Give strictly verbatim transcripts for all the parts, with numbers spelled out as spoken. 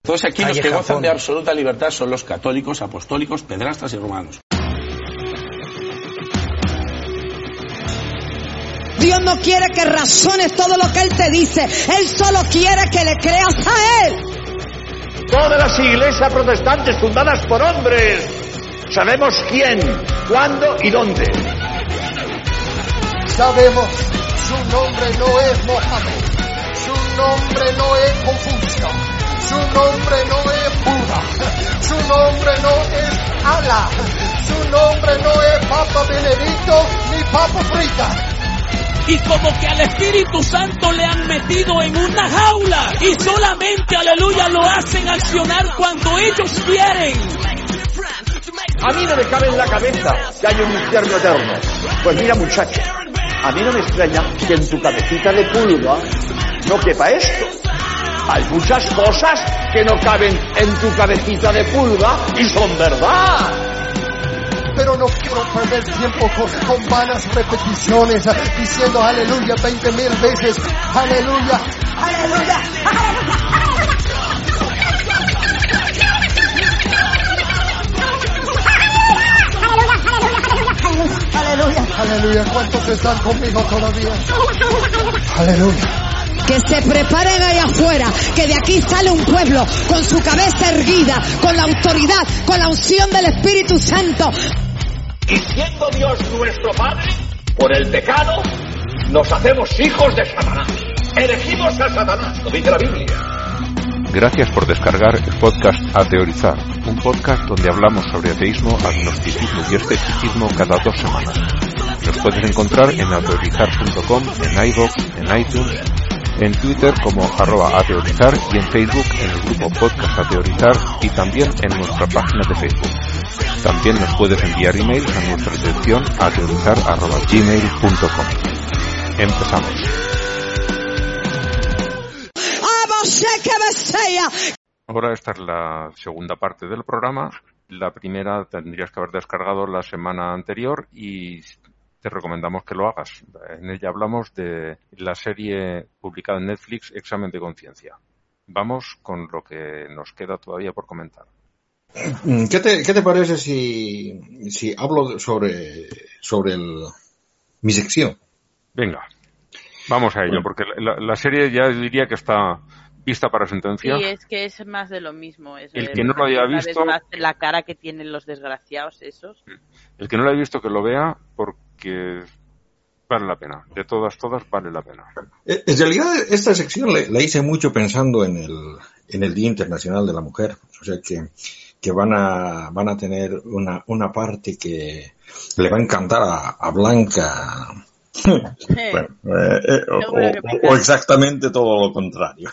Todos aquellos que gozan Japón. de absoluta libertad son los católicos, apostólicos, pedrastas y romanos. Dios no quiere que razones todo lo que Él te dice. Él solo quiere que le creas a Él. Todas las iglesias protestantes fundadas por hombres. Sabemos quién, cuándo y dónde. Sabemos, su nombre no es Mohammed. Su nombre no es Confucio. Su nombre no es Buda. Su nombre no es Allah. Su nombre no es Papa Benedicto ni Papa Frita. Y como que al Espíritu Santo le han metido en una jaula y solamente, aleluya, lo hacen accionar cuando ellos quieren. A mí no me cabe en la cabeza que haya un infierno eterno. Pues mira, muchacho, a mí no me extraña que en tu cabecita de pulga no quepa esto. Hay muchas cosas que no caben en tu cabecita de pulga y son verdad. Pero no quiero perder tiempo con, con vanas repeticiones, diciendo aleluya veinte mil veces, aleluya, aleluya, aleluya, aleluya, aleluya. ¿Cuántos están conmigo todavía? Aleluya. Que se preparen ahí afuera, que de aquí sale un pueblo con su cabeza erguida, con la autoridad, con la unción del Espíritu Santo. Y siendo Dios nuestro Padre, por el pecado, nos hacemos hijos de Satanás. Elegimos a Satanás, lo dice la Biblia. Gracias por descargar el podcast A Teorizar, un podcast donde hablamos sobre ateísmo, agnosticismo y escepticismo cada dos semanas. Nos puedes encontrar en ateorizar punto com, en iVoox, en iTunes, en Twitter como arroba ateorizar y en Facebook en el grupo Podcast Ateorizar y también en nuestra página de Facebook. También nos puedes enviar emails a nuestra dirección ateorizar arroba gmail punto com. Empezamos. Ahora esta es la segunda parte del programa. La primera tendrías que haber descargado la semana anterior y te recomendamos que lo hagas. En ella hablamos de la serie publicada en Netflix, Examen de Conciencia. Vamos con lo que nos queda todavía por comentar. ¿Qué te, qué te parece si, si hablo sobre, sobre el, mi sección? Venga, vamos a ello, bueno. Porque la, la serie ya diría que está vista para sentencia. Sí, es que es más de lo mismo. Es el que no lo haya visto... La cara que tienen los desgraciados esos. El que no lo haya visto que lo vea porque vale la pena. De todas, todas vale la pena. En realidad esta sección la, la hice mucho pensando en el, en el Día Internacional de la Mujer. O sea que... que van a van a tener una una parte que le va a encantar a, a Blanca. Bueno, eh, eh, o, o, o exactamente todo lo contrario.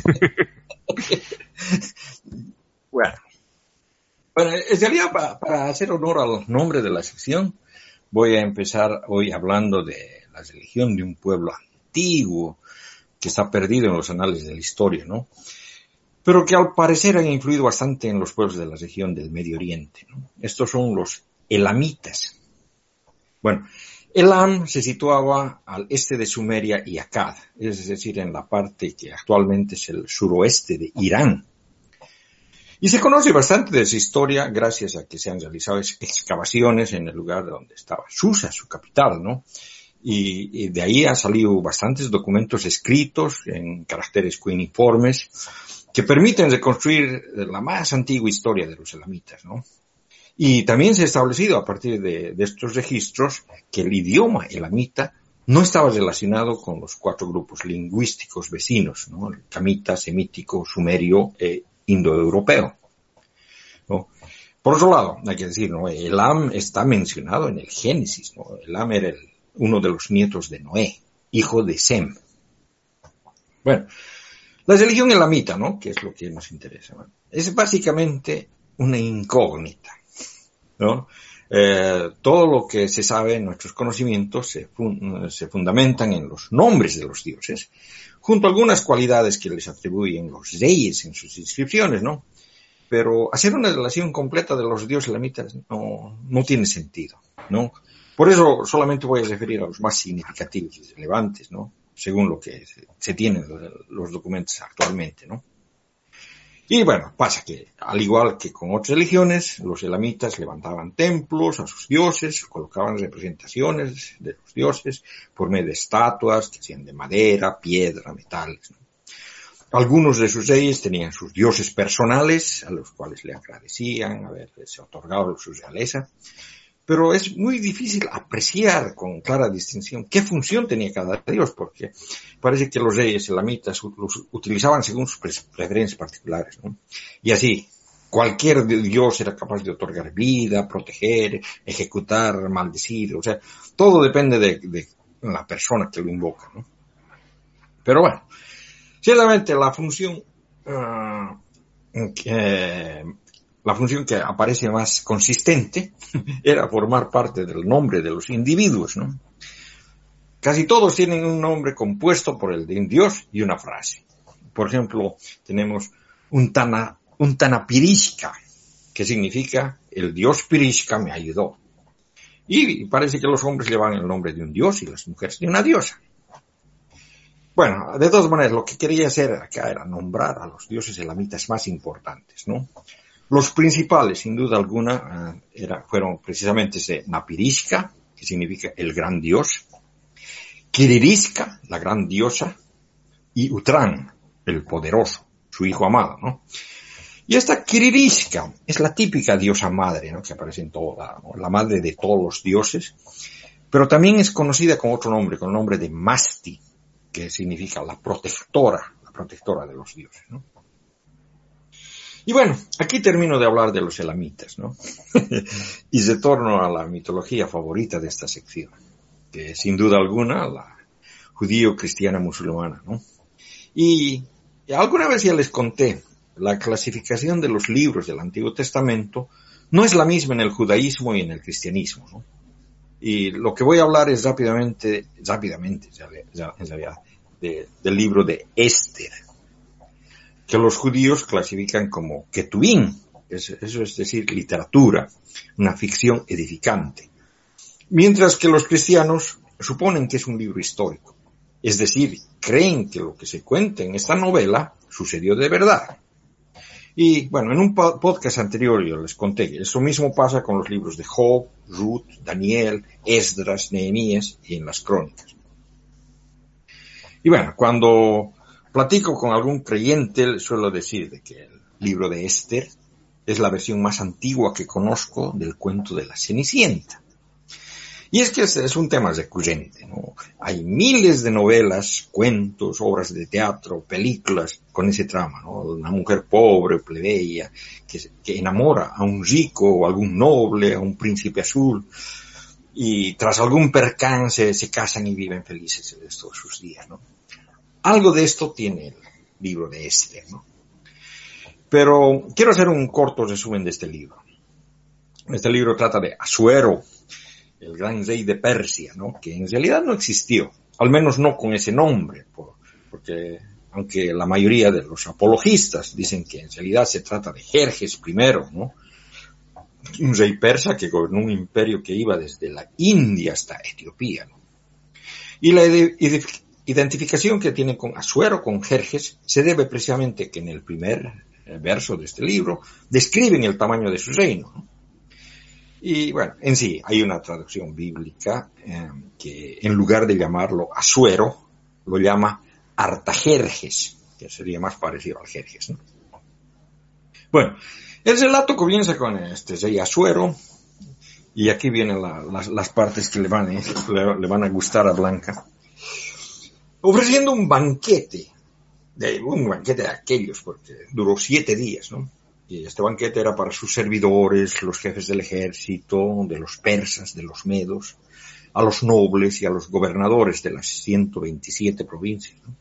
bueno, bueno, en realidad para, para hacer honor al nombre de la sección, voy a empezar hoy hablando de la religión de un pueblo antiguo que está perdido en los anales de la historia, ¿no? Pero que al parecer han influido bastante en los pueblos de la región del Medio Oriente, ¿no? Estos son los elamitas. Bueno, Elam se situaba al este de Sumeria y Akkad, es decir, en la parte que actualmente es el suroeste de Irán. Y se conoce bastante de su historia gracias a que se han realizado excavaciones en el lugar donde estaba Susa, su capital, ¿no? Y, y de ahí han salido bastantes documentos escritos en caracteres cuneiformes que permiten reconstruir la más antigua historia de los elamitas, ¿no? Y también se ha establecido a partir de, de estos registros que el idioma elamita no estaba relacionado con los cuatro grupos lingüísticos vecinos, ¿no? El camita, semítico, sumerio e indoeuropeo, ¿no? Por otro lado, hay que decir, ¿no? Elam está mencionado en el Génesis, ¿no? Elam era el, uno de los nietos de Noé, hijo de Sem. Bueno, la religión elamita, ¿no? Que es lo que nos interesa, ¿no? Es básicamente una incógnita, ¿no? Eh, todo lo que se sabe en nuestros conocimientos se, fun- se fundamentan en los nombres de los dioses, junto a algunas cualidades que les atribuyen los reyes en sus inscripciones, ¿no? Pero hacer una relación completa de los dioses elamitas no, no tiene sentido, ¿no? Por eso solamente voy a referir a los más significativos y relevantes, ¿no? Según lo que se, se tienen los, los documentos actualmente, ¿no? Y bueno, pasa que, al igual que con otras religiones, los elamitas levantaban templos a sus dioses, colocaban representaciones de los dioses por medio de estatuas que hacían de madera, piedra, metales, ¿no? Algunos de sus reyes tenían sus dioses personales, a los cuales le agradecían haberles otorgado su realeza, pero es muy difícil apreciar con clara distinción qué función tenía cada dios, porque parece que los reyes elamitas los utilizaban según sus preferencias particulares, ¿no? Y así, cualquier dios era capaz de otorgar vida, proteger, ejecutar, maldecir, o sea, todo depende de, de la persona que lo invoca, ¿no? Pero bueno, ciertamente la función uh, que, la función que aparece más consistente era formar parte del nombre de los individuos, ¿no? Casi todos tienen un nombre compuesto por el de un dios y una frase. Por ejemplo, tenemos un Tana, un Tanapirishka, que significa el dios Pirishka me ayudó. Y parece que los hombres llevan el nombre de un dios y las mujeres de una diosa. Bueno, de todas maneras, lo que quería hacer acá era nombrar a los dioses elamitas más importantes, ¿no? Los principales, sin duda alguna, uh, era, fueron precisamente ese Napirishka, que significa el gran dios, Kiririshka, la gran diosa, y Utran, el poderoso, su hijo amado, ¿no? Y esta Kiririshka es la típica diosa madre, ¿no? Que aparece en toda, ¿no? La madre de todos los dioses, pero también es conocida con otro nombre, con el nombre de Masti, que significa la protectora, la protectora de los dioses, ¿no? Y bueno, aquí termino de hablar de los elamitas, ¿no? Y retorno a la mitología favorita de esta sección, que es sin duda alguna la judío-cristiana musulmana, ¿no? Y alguna vez ya les conté, la clasificación de los libros del Antiguo Testamento no es la misma en el judaísmo y en el cristianismo, ¿no? Y lo que voy a hablar es rápidamente, rápidamente, ya, ya, en realidad, de, del libro de Esther, que los judíos clasifican como Ketuvim, eso es decir, literatura, una ficción edificante, mientras que los cristianos suponen que es un libro histórico, es decir, creen que lo que se cuenta en esta novela sucedió de verdad. Y bueno, en un podcast anterior yo les conté que eso mismo pasa con los libros de Job, Ruth, Daniel, Esdras, Nehemías y en las Crónicas. Y bueno, cuando platico con algún creyente, suelo decir de que el libro de Esther es la versión más antigua que conozco del cuento de la Cenicienta. Y es que es, es un tema recurrente, ¿no? Hay miles de novelas, cuentos, obras de teatro, películas con ese trama, ¿no? Una mujer pobre, plebeya, que, que enamora a un rico o a algún noble, a un príncipe azul, y tras algún percance se casan y viven felices el resto de sus días, ¿no? Algo de esto tiene el libro de Esther, ¿no? Pero quiero hacer un corto resumen de este libro. Este libro trata de Asuero, el gran rey de Persia, ¿no? Que en realidad no existió, al menos no con ese nombre, por, porque aunque la mayoría de los apologistas dicen que en realidad se trata de Jerjes primero, ¿no? Un rey persa que gobernó un imperio que iba desde la India hasta Etiopía, ¿no? Y la identificación que tiene con Asuero, con Jerjes, se debe precisamente que en el primer verso de este libro describen el tamaño de su reino, ¿no? Y bueno, en sí hay una traducción bíblica eh, que en lugar de llamarlo Asuero, lo llama Artajerjes, que sería más parecido al Jerjes, ¿no? Bueno, el relato comienza con este rey Asuero, y aquí vienen la, las, las partes que le van, eh, le, le van a gustar a Blanca, ofreciendo un banquete, de, un banquete de aquellos, porque duró siete días, ¿no? Y este banquete era para sus servidores, los jefes del ejército, de los persas, de los medos, a los nobles y a los gobernadores de las ciento veintisiete provincias, ¿no?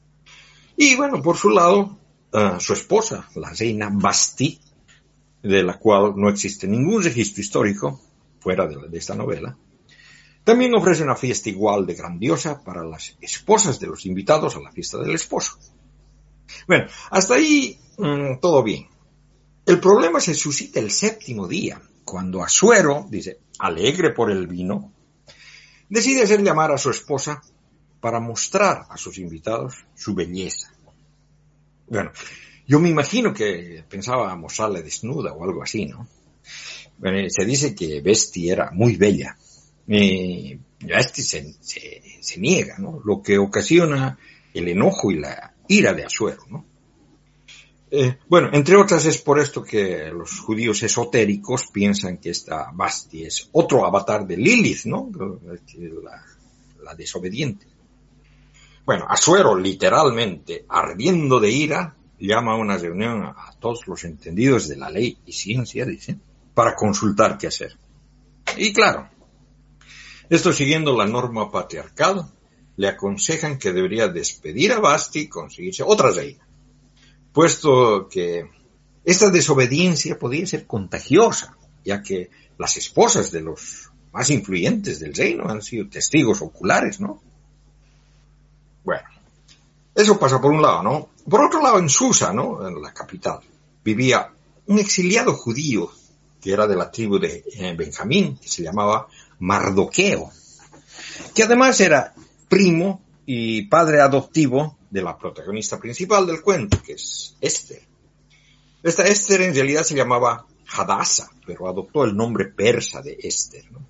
Y bueno, por su lado, uh, su esposa, la reina Basti, de la cual no existe ningún registro histórico, fuera de, de esta novela, también ofrece una fiesta igual de grandiosa para las esposas de los invitados a la fiesta del esposo. Bueno, hasta ahí mmm, todo bien. El problema se suscita el séptimo día, cuando Asuero, dice, alegre por el vino, decide hacer llamar a su esposa para mostrar a sus invitados su belleza. Bueno, Yo me imagino que pensaba mostrarla desnuda o algo así, ¿no? Bueno, se dice que Vesti era muy bella. Y Vesti se, se, se niega, ¿no? Lo que ocasiona el enojo y la ira de Asuero, ¿no? Eh, bueno, entre otras es por esto que los judíos esotéricos piensan que esta Vasti es otro avatar de Lilith, ¿no? La, la desobediente. Bueno, Asuero, literalmente, ardiendo de ira, llama a una reunión a todos los entendidos de la ley y ciencia, dice, para consultar qué hacer. Y claro, esto siguiendo la norma patriarcal, le aconsejan que debería despedir a Vasti y conseguirse otra reina, puesto que esta desobediencia podía ser contagiosa, ya que las esposas de los más influyentes del reino han sido testigos oculares, ¿no? Bueno, eso pasa por un lado, ¿no? Por otro lado, en Susa, ¿no? En la capital, vivía un exiliado judío que era de la tribu de eh, Benjamín, que se llamaba Mardoqueo, que además era primo y padre adoptivo de la protagonista principal del cuento, que es Esther. Esta Esther en realidad se llamaba Hadasa, pero adoptó el nombre persa de Esther, ¿no?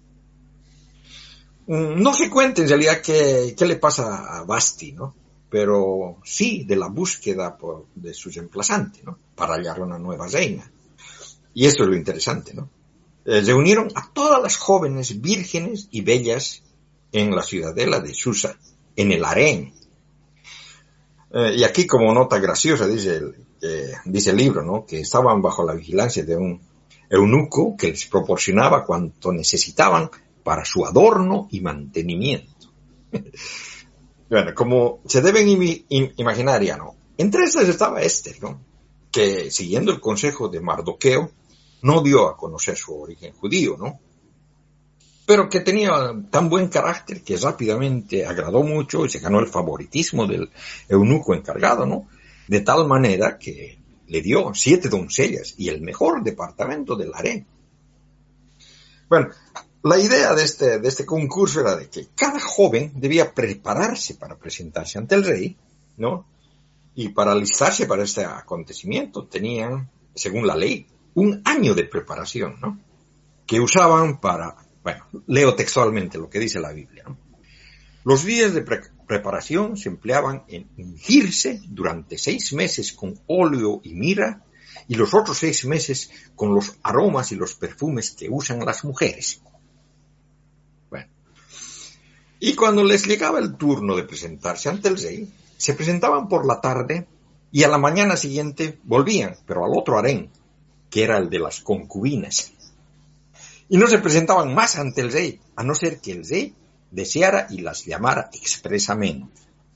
No se cuenta en realidad qué, qué le pasa a Vasti, ¿no? Pero sí de la búsqueda por, de su reemplazante, ¿no? Para hallar una nueva reina. Y eso es lo interesante, ¿no? Eh, reunieron a todas las jóvenes vírgenes y bellas en la ciudadela de Susa, en el harén. Eh, y aquí, como nota graciosa, dice el, eh, dice el libro, ¿no? Que estaban bajo la vigilancia de un eunuco que les proporcionaba cuanto necesitaban para su adorno y mantenimiento. Bueno, como se deben im- im- imaginar ya, ¿no? Entre estas estaba Esther, ¿no? Que, siguiendo el consejo de Mardoqueo, no dio a conocer su origen judío, ¿no? Pero que tenía tan buen carácter que rápidamente agradó mucho y se ganó el favoritismo del eunuco encargado, ¿no? De tal manera que le dio siete doncellas y el mejor departamento del harén. Bueno, la idea de este, de este concurso era de que cada joven debía prepararse para presentarse ante el rey, ¿no? Y para alistarse para este acontecimiento tenían, según la ley, un año de preparación, ¿no? Que usaban para, bueno, leo textualmente lo que dice la Biblia, ¿no? Los días de pre- preparación se empleaban en ungirse durante seis meses con óleo y mirra y los otros seis meses con los aromas y los perfumes que usan las mujeres. Bueno, y cuando les llegaba el turno de presentarse ante el rey, se presentaban por la tarde y a la mañana siguiente volvían, pero al otro harén, que era el de las concubinas. Y no se presentaban más ante el rey, a no ser que el rey deseara y las llamara expresamente.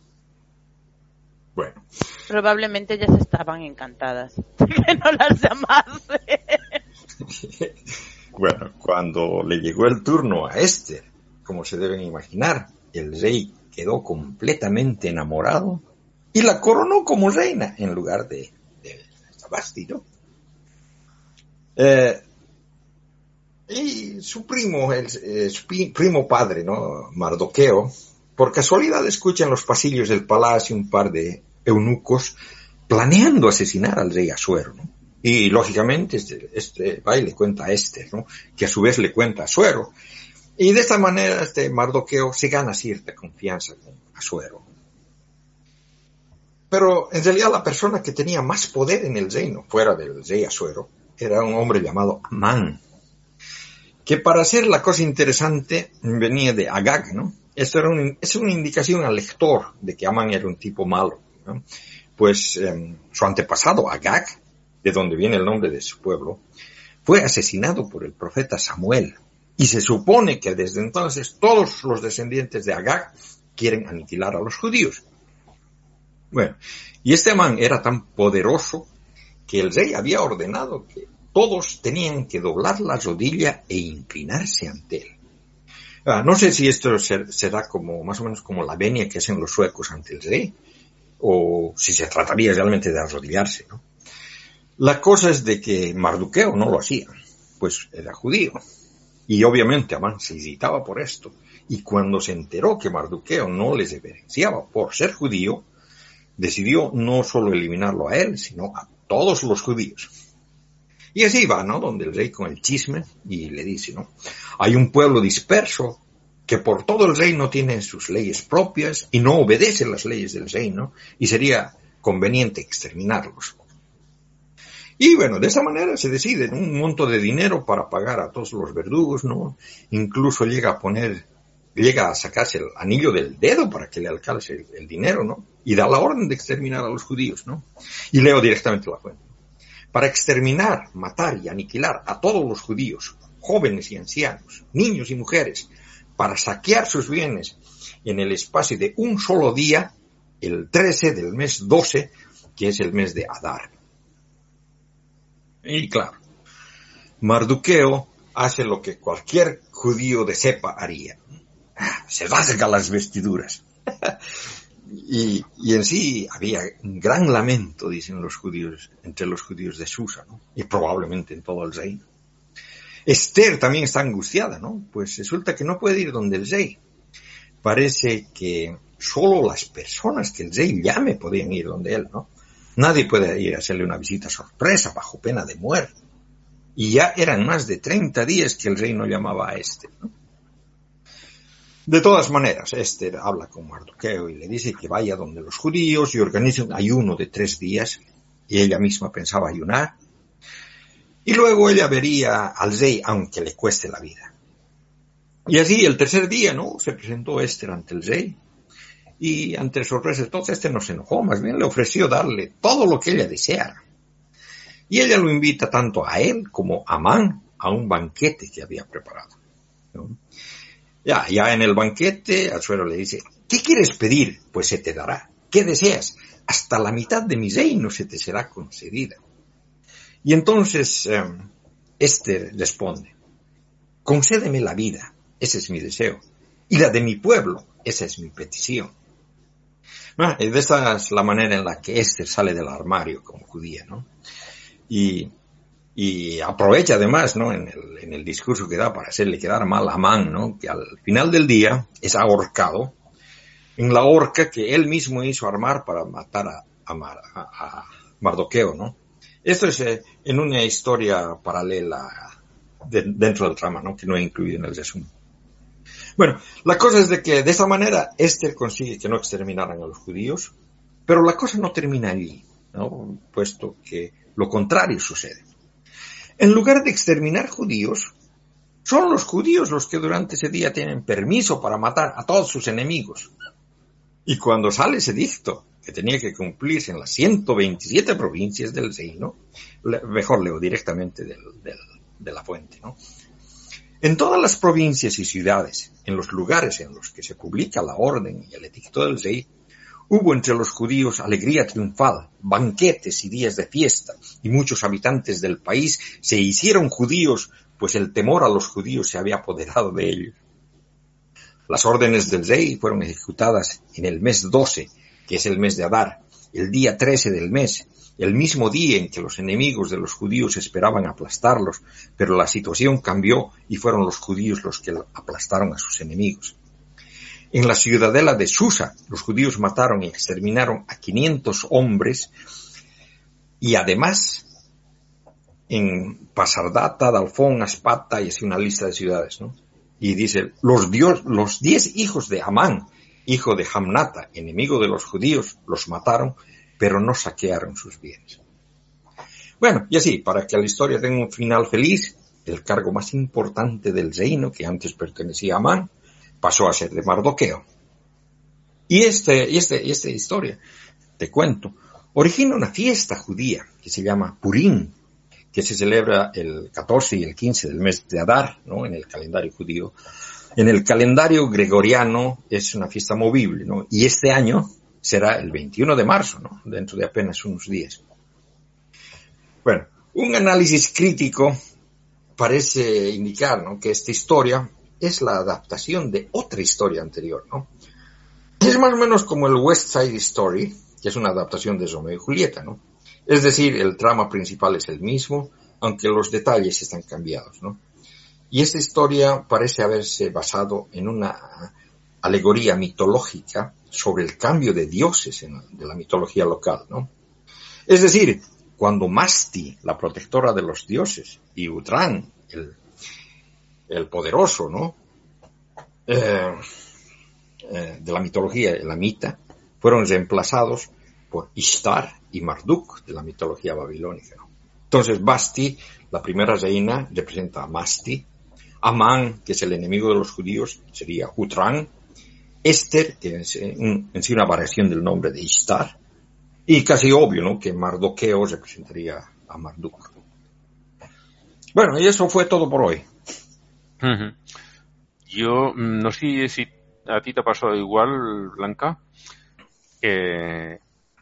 Bueno. Probablemente ellas estaban encantadas de que no las llamase. Bueno, cuando le llegó el turno a Esther, como se deben imaginar, el rey quedó completamente enamorado y la coronó como reina en lugar de, de Vasti, ¿no? Eh, y su primo, el, eh, su primo padre, ¿no? Mardoqueo, por casualidad escucha en los pasillos del palacio un par de eunucos planeando asesinar al rey Asuero, ¿no? Y lógicamente este, este va y le cuenta a Esther, ¿no? Que a su vez le cuenta a Asuero. Y de esta manera este Mardoqueo se gana cierta confianza con Asuero. Pero en realidad la persona que tenía más poder en el reino, fuera del rey Asuero, era un hombre llamado Amán, que para hacer la cosa interesante venía de Agag, ¿no? Esto era un, es una indicación al lector de que Amán era un tipo malo, ¿no? Pues eh, su antepasado Agag, de donde viene el nombre de su pueblo, fue asesinado por el profeta Samuel. Y se supone que desde entonces todos los descendientes de Agag quieren aniquilar a los judíos. Bueno, y este Amán era tan poderoso que el rey había ordenado que todos tenían que doblar la rodilla e inclinarse ante él. Ah, no sé si esto será como más o menos como la venia que hacen los suecos ante el rey, o si se trataría realmente de arrodillarse, ¿no? La cosa es de que Mardoqueo no lo hacía, pues era judío. Y obviamente Amán se irritaba por esto. Y cuando se enteró que Mardoqueo no les reverenciaba por ser judío, decidió no solo eliminarlo a él, sino a todos los judíos. Y así va, ¿no? Donde el rey con el chisme y le dice, ¿no? Hay un pueblo disperso que por todo el reino tiene sus leyes propias y no obedece las leyes del reino, y sería conveniente exterminarlos. Y bueno, de esa manera se decide un monto de dinero para pagar a todos los verdugos, ¿no? Incluso llega a poner, llega a sacarse el anillo del dedo para que le alcance el, el dinero, ¿no? Y da la orden de exterminar a los judíos, ¿no? Y leo directamente la fuente. Para exterminar, matar y aniquilar a todos los judíos, jóvenes y ancianos, niños y mujeres, para saquear sus bienes en el espacio de un solo día, el trece del mes doce, que es el mes de Adar. Y claro, Mardoqueo hace lo que cualquier judío de cepa haría. Se rasga las vestiduras. y, y en sí había un gran lamento, dicen los judíos, entre los judíos de Susa, ¿no? Y probablemente en todo el reino. Esther también está angustiada, ¿no? Pues resulta que no puede ir donde el rey. Parece que solo las personas que el rey llame podían ir donde él, ¿no? Nadie puede ir a hacerle una visita sorpresa bajo pena de muerte. Y ya eran más de treinta días que el rey no llamaba a Esther, ¿no? De todas maneras, Esther habla con Mardoqueo y le dice que vaya donde los judíos y organice un ayuno de tres días. Y ella misma pensaba ayunar. Y luego ella vería al rey aunque le cueste la vida. Y así el tercer día, ¿no? Se presentó Esther ante el rey. Y ante sorpresa de todos, este no se enojó, más bien le ofreció darle todo lo que ella deseara. Y ella lo invita tanto a él como a Amán a un banquete que había preparado, ¿no? Ya, ya en el banquete, Asuero le dice, ¿qué quieres pedir? Pues se te dará. ¿Qué deseas? Hasta la mitad de mi reino se te será concedida. Y entonces eh, Esther responde, concédeme la vida, ese es mi deseo, y la de mi pueblo, esa es mi petición. Bueno, de esta es la manera en la que Esther sale del armario como judía, ¿no? Y, y aprovecha además, ¿no? En el, en el discurso que da para hacerle quedar mal a Amán, ¿no? Que al final del día es ahorcado en la horca que él mismo hizo armar para matar a, a, Mar, a, a Mardoqueo, ¿no? Esto es eh, en una historia paralela de, dentro del trama, ¿no? Que no he incluido en el resumen. Bueno, la cosa es de que de esta manera Esther consigue que no exterminaran a los judíos, pero la cosa no termina allí, ¿no? Puesto que lo contrario sucede. En lugar de exterminar judíos, son los judíos los que durante ese día tienen permiso para matar a todos sus enemigos. Y cuando sale ese edicto, que tenía que cumplirse en las ciento veintisiete provincias del reino, mejor leo directamente del, del, de la fuente, ¿no? En todas las provincias y ciudades, en los lugares en los que se publica la orden y el edicto del rey, hubo entre los judíos alegría triunfal, banquetes y días de fiesta, y muchos habitantes del país se hicieron judíos, pues el temor a los judíos se había apoderado de ellos. Las órdenes del rey fueron ejecutadas en el mes doce, que es el mes de Adar, el día trece del mes, el mismo día en que los enemigos de los judíos esperaban aplastarlos, pero la situación cambió y fueron los judíos los que aplastaron a sus enemigos. En la ciudadela de Susa, los judíos mataron y exterminaron a quinientos hombres, y además en Pasardata, Dalfón, Aspata, y así una lista de ciudades, ¿no? Y dice, los, dios, los diez hijos de Amán, hijo de Hamnata, enemigo de los judíos, los mataron, pero no saquearon sus bienes. Bueno, y así, para que la historia tenga un final feliz, el cargo más importante del reino, que antes pertenecía a Amán, pasó a ser de Mardoqueo. Y este, y este, y esta historia, te cuento, origina una fiesta judía que se llama Purim, que se celebra el catorce y el quince del mes de Adar, ¿no? En el calendario judío. En el calendario gregoriano es una fiesta movible, ¿no? Y este año será el veintiuno de marzo, ¿no? Dentro de apenas unos días. Bueno, un análisis crítico parece indicar, ¿no? Que esta historia es la adaptación de otra historia anterior, ¿no? Es más o menos como el West Side Story, que es una adaptación de Romeo y Julieta, ¿no? Es decir, el trama principal es el mismo, aunque los detalles están cambiados, ¿no? Y esta historia parece haberse basado en una alegoría mitológica sobre el cambio de dioses en, de la mitología local, ¿no? Es decir, cuando Masti, la protectora de los dioses, y Utrán, el, el poderoso, ¿no? Eh, eh, de la mitología elamita, fueron reemplazados por Ishtar y Marduk de la mitología babilónica, ¿no? Entonces Basti, la primera reina, representa a Masti. Amán, que es el enemigo de los judíos, sería Utrán. Esther, que es en, en sí una variación del nombre de Ishtar. Y casi obvio, ¿no?, que Mardoqueo representaría a Marduk. Bueno, y eso fue todo por hoy. Uh-huh. Yo no sé si a ti te ha pasado igual, Blanca, que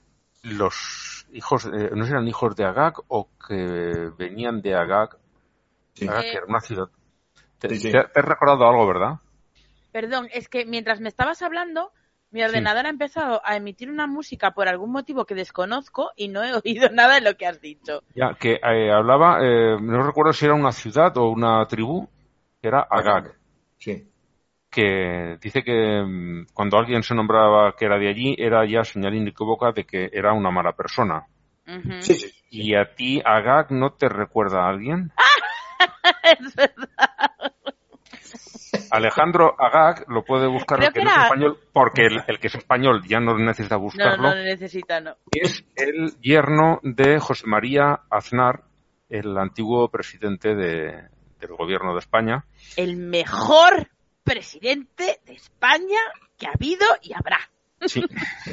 los hijos, eh, no sé si eran hijos de Agag o que venían de Agag, Sí. Agag, que era una ciudad. Te, Sí, sí. te, te has recordado algo, ¿verdad? Perdón, es que mientras me estabas hablando, mi ordenador ha empezado a emitir una música por algún motivo que desconozco y no he oído nada de lo que has dicho. Ya, que eh, hablaba, eh, no recuerdo si era una ciudad o una tribu, que era Agag, Sí. que dice que mm, cuando alguien se nombraba que era de allí, era ya señal inequívoca de que era una mala persona. Ujú. Sí, sí. ¿Y a ti Agag no te recuerda a alguien? Es verdad. Alejandro Agag lo puede buscar Creo el que que no es era- español, porque el, el que es español ya no necesita No, buscarlo. no, no necesita, no. Es el yerno de José María Aznar, el antiguo presidente de, del gobierno de España. El mejor presidente de España que ha habido y habrá. Sí.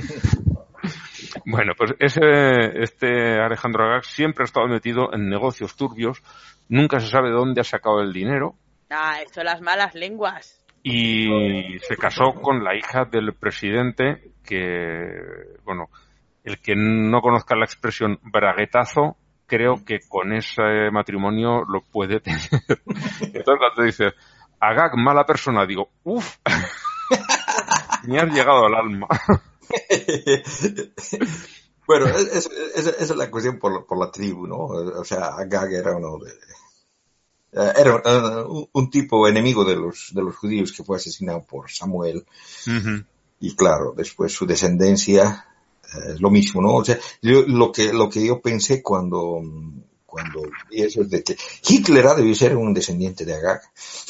Bueno, pues ese, este Alejandro Agag siempre ha estado metido en negocios turbios, nunca se sabe de dónde ha sacado el dinero Ah, eso las malas lenguas. y se casó con la hija del presidente que, bueno, el que no conozca la expresión braguetazo, creo que con ese matrimonio lo puede tener. Entonces cuando dice Agag, mala persona, digo, uff, me has llegado al alma. Bueno, es- es- es- esa es la cuestión por, por la tribu, ¿no? O sea, Agag era uno de, eh, era uh, un, un tipo enemigo de los de los judíos que fue asesinado por Samuel. Ujú. Y claro, después su descendencia eh, es lo mismo, ¿no? O sea, yo, lo que lo que yo pensé cuando cuando vi eso es de que Hitler ha debido ser un descendiente de Agag.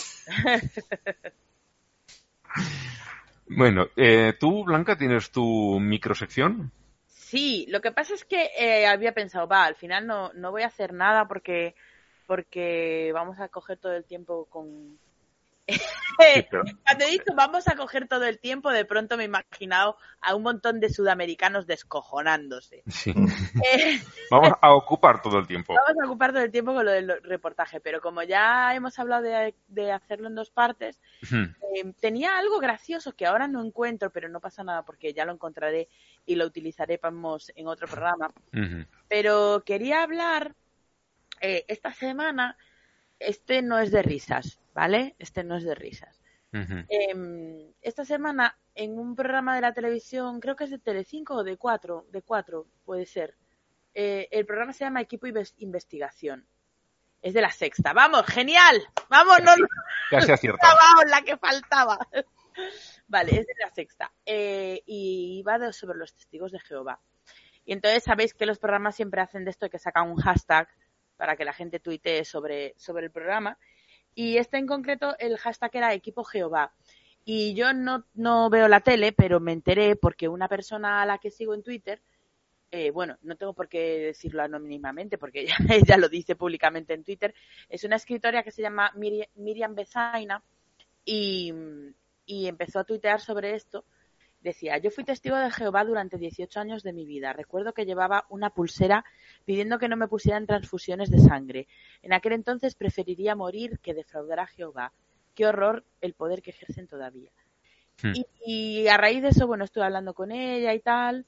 Bueno, eh, tú, Blanca, tienes tu microsección. Sí, lo que pasa es que eh, había pensado, va, al final no, no voy a hacer nada porque porque vamos a coger todo el tiempo con... pero- Cuando he dicho vamos a coger todo el tiempo, de pronto me he imaginado a un montón de sudamericanos descojonándose. Sí. Eh, Vamos a ocupar todo el tiempo. Vamos a ocupar todo el tiempo con lo del reportaje, pero como ya hemos hablado de, de hacerlo en dos partes, Ujú. eh, tenía algo gracioso que ahora no encuentro, pero no pasa nada porque ya lo encontraré y lo utilizaré vamos, en otro programa. Ujú. Pero quería hablar eh, esta semana, este no es de risas, ¿vale? Este no es de risas. Ujú. Eh, esta semana en un programa de la televisión, creo que es de Telecinco o de cuatro, de cuatro puede ser. Eh, el programa se llama Equipo Inves- Investigación. Es de la Sexta. ¡Vamos, genial! ¡Vamos, no! no Casi aciertado. ¡Vamos, la que faltaba! Vale, es de la Sexta. Eh, y va de, sobre los testigos de Jehová. Y entonces sabéis que los programas siempre hacen de esto de que sacan un hashtag para que la gente tuitee sobre, sobre el programa. Y este en concreto, el hashtag era Equipo Jehová. Y yo no, no veo la tele, pero me enteré porque una persona a la que sigo en Twitter, eh, bueno, no tengo por qué decirlo anónimamente porque ella, ella lo dice públicamente en Twitter, es una escritora que se llama Miri- Miriam Bezaina y, y empezó a tuitear sobre esto. Decía, yo fui testigo de Jehová durante dieciocho años de mi vida. Recuerdo que llevaba una pulsera pidiendo que no me pusieran transfusiones de sangre. En aquel entonces preferiría morir que defraudar a Jehová. Qué horror el poder que ejercen todavía. Hmm. Y, y a raíz de eso, bueno, estuve hablando con ella y tal,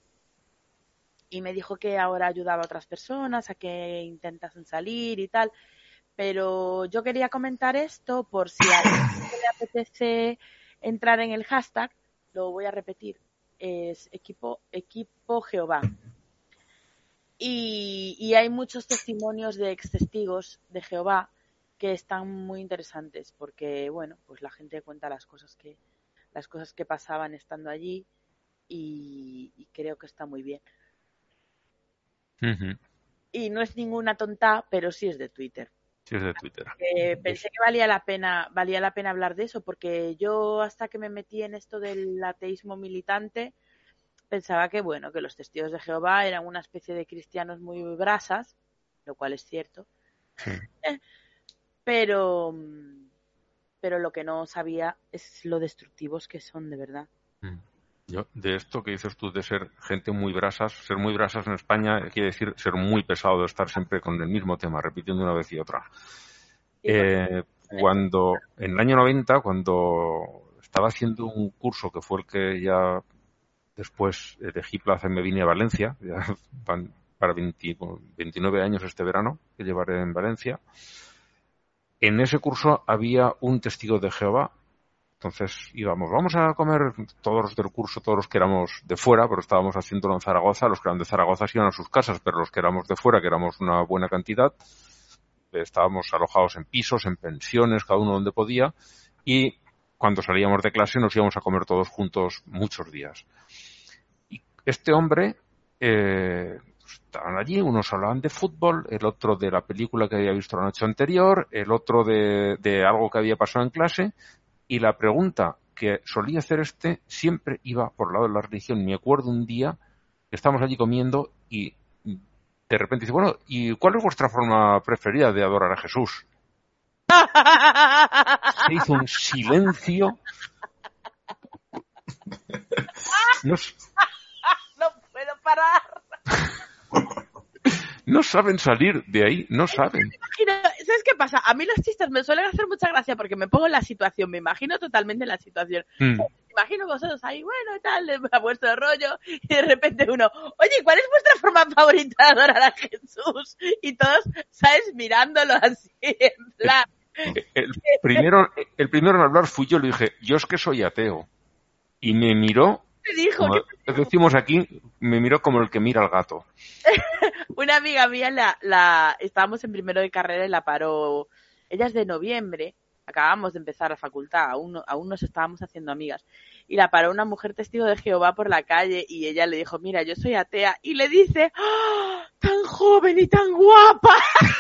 y me dijo que ahora ayudaba a otras personas a que intentasen salir y tal. Pero yo quería comentar esto por si a alguien le apetece entrar en el hashtag. Lo voy a repetir, es equipo, equipo Jehová. Y, y hay muchos testimonios de ex testigos de Jehová que están muy interesantes porque, bueno, pues la gente cuenta las cosas que, las cosas que pasaban estando allí y, y creo que está muy bien. Uh-huh. Y no es ninguna tonta, pero sí es de Twitter. Sí es de Twitter. Eh, pensé que valía la pena, valía la pena hablar de eso, porque yo hasta que me metí en esto del ateísmo militante pensaba que bueno, que los testigos de Jehová eran una especie de cristianos muy brasas, lo cual es cierto. Sí. Pero pero lo que no sabía es lo destructivos que son de verdad. Yo, de esto que dices tú de ser gente muy brasas, ser muy brasas en España quiere decir ser muy pesado, de estar siempre con el mismo tema, repitiendo una vez y otra. Eh, cuando, en el año noventa, cuando estaba haciendo un curso que fue el que ya después elegí plaza y me vine a Valencia, ya van para veinte, veintinueve años este verano que llevaré en Valencia, en ese curso había un testigo de Jehová. Entonces íbamos, vamos a comer todos los del curso, todos los que éramos de fuera, pero estábamos haciéndolo en Zaragoza, los que eran de Zaragoza se iban a sus casas, pero los que éramos de fuera, que éramos una buena cantidad, estábamos alojados en pisos, en pensiones, cada uno donde podía, y cuando salíamos de clase nos íbamos a comer todos juntos muchos días. Y este hombre, eh, estaban allí, unos hablaban de fútbol, el otro de la película que había visto la noche anterior, el otro de, de algo que había pasado en clase. Y la pregunta que solía hacer este siempre iba por el lado de la religión. Me acuerdo un día que estábamos allí comiendo y de repente dice, bueno, ¿y cuál es vuestra forma preferida de adorar a Jesús? Se hizo un silencio. No, no puedo parar. No saben salir de ahí, no saben. Me imagino, ¿sabes qué pasa? A mí los chistes me suelen hacer mucha gracia porque me pongo en la situación, me imagino totalmente en la situación. Mm. Me imagino vosotros ahí, bueno, y tal, a vuestro rollo, y de repente uno, oye, ¿cuál es vuestra forma favorita de adorar a Jesús? Y todos, ¿sabes? Mirándolo así, en plan. El, el, primero, el primero en hablar fui yo, le dije, yo es que soy ateo. Y me miró, me dijo, como ¿qué decimos aquí, me miró como el que mira al gato. Una amiga mía, la, la estábamos en primero de carrera y la paró. Ella es de noviembre, acabamos de empezar la facultad, aún, aún nos estábamos haciendo amigas. Y la paró una mujer testigo de Jehová por la calle y ella le dijo, mira, yo soy atea. Y le dice, ¡oh, tan joven y tan guapa!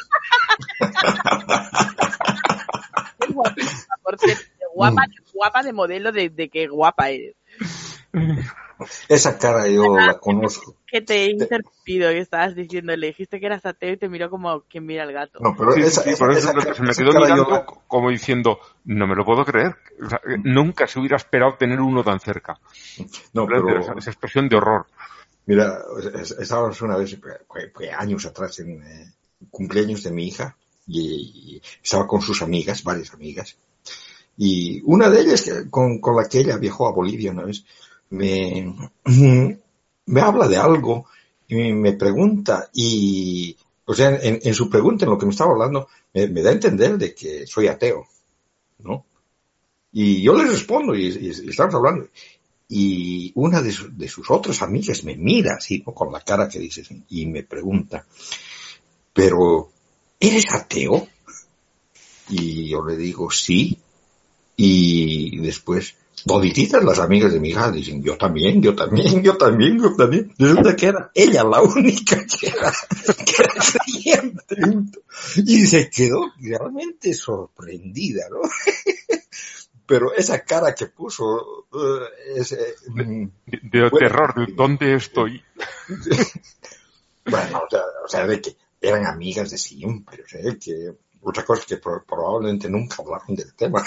Es guapísima, por cierto, guapa, guapa de modelo de, de qué guapa eres. Esa cara yo la conozco. Que te he interrumpido, que estabas diciendo, le dijiste que eras ateo y te miró como quien mira al gato. No, pero sí, esa, sí, esa, por eso esa, se me quedó mirando yo... como diciendo, no me lo puedo creer. O sea, nunca se hubiera esperado tener uno tan cerca. No, pero... Esa, esa expresión de horror. Mira, estábamos una vez, fue años atrás, en eh, cumpleaños de mi hija, y, y estaba con sus amigas, varias amigas, y una de ellas, que, con, con la que ella viajó a Bolivia una vez, me, me habla de algo y me pregunta y, o sea, en, en su pregunta, en lo que me estaba hablando, me, me da a entender de que soy ateo, ¿no? Y yo le respondo y, y, y estamos hablando y una de, su, de sus otras amigas me mira así, ¿no? Con la cara que dices y me pregunta, pero ¿eres ateo? Y yo le digo sí y después todititas las amigas de mi hija dicen, yo también, yo también, yo también, yo también. Resulta que era ella la única que era, que era creyente. Y se quedó realmente sorprendida, ¿no? Pero esa cara que puso... Uh, es, eh, de, de bueno, terror, ¿de dónde estoy? Bueno, o sea, o sea, de que eran amigas de siempre, o sea, que otra cosa es que pro, probablemente nunca hablaron del tema.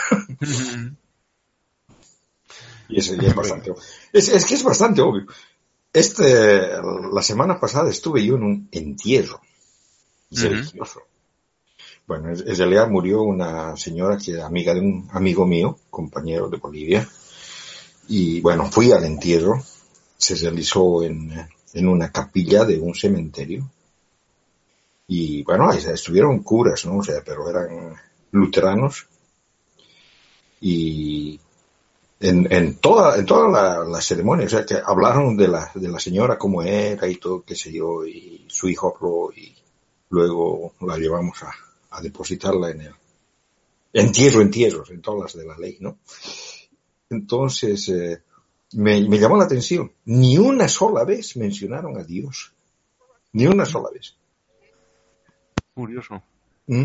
Y eso ya es bastante obvio. Es, es que es bastante obvio. Este, la semana pasada estuve yo en un entierro religioso. Uh-huh. Bueno, en realidad murió una señora que era amiga de un amigo mío, compañero de Bolivia. Y bueno, fui al entierro. Se realizó en, en una capilla de un cementerio. Y bueno, ahí estuvieron curas, ¿no? O sea, pero eran luteranos. Y En, en toda, en toda la, la ceremonia, o sea, que hablaron de la, de la señora, cómo era y todo, qué sé yo, y su hijo habló y luego la llevamos a, a depositarla en el entierro, entierros, en todas las de la ley, ¿no? Entonces, eh, me, me llamó la atención. Ni una sola vez mencionaron a Dios. Ni una sola vez. Curioso. ¿Mm?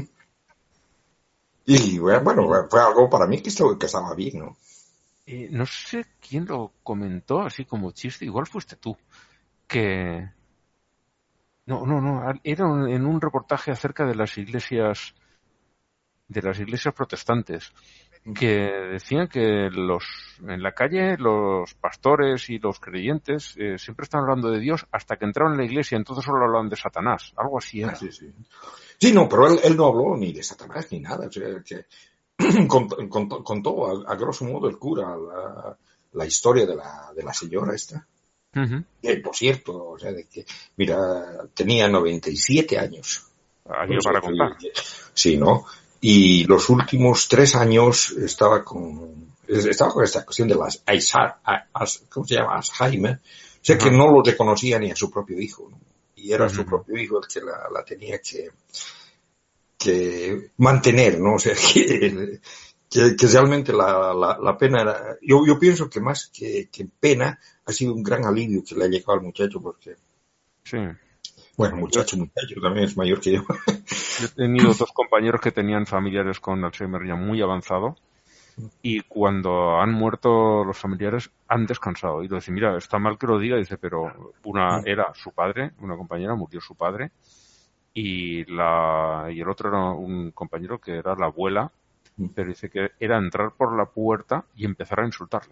Y bueno, fue algo para mí que estaba, que estaba bien, ¿no? Eh, no sé quién lo comentó, así como chiste, igual fuiste tú, que... No, no, no, era en un reportaje acerca de las iglesias, de las iglesias protestantes, que decían que los en la calle los pastores y los creyentes eh, siempre están hablando de Dios hasta que entraron en la iglesia, entonces solo hablaban de Satanás, algo así era. Ah, sí, sí. Sí, no, pero él, él no habló ni de Satanás ni nada, o sea, que contó, contó, contó a, a grosso modo el cura la, la historia de la, de la señora esta. Uh-huh. Y, por cierto, o sea, de que, mira, tenía noventa y siete años. Ayuda para contar. Sí, ¿no? Y los últimos tres años estaba con, estaba con esta cuestión de las ¿cómo se llama? Alzheimer. O sea, uh-huh. que no lo reconocía ni a su propio hijo, ¿no? Y era uh-huh. su propio hijo el que la, la tenía que, que mantener, ¿no? O sea, que, que, que realmente la, la, la pena era, yo, yo pienso que más que, que pena ha sido un gran alivio que le ha llegado al muchacho porque, sí. Bueno, muchacho, muchacho, también es mayor que yo. Yo he tenido dos compañeros que tenían familiares con Alzheimer ya muy avanzado y cuando han muerto los familiares han descansado. Y lo dice, mira, está mal que lo diga, dice, pero una era su padre, una compañera, murió su padre y la y el otro era un compañero que era la abuela, pero dice que era entrar por la puerta y empezar a insultarle.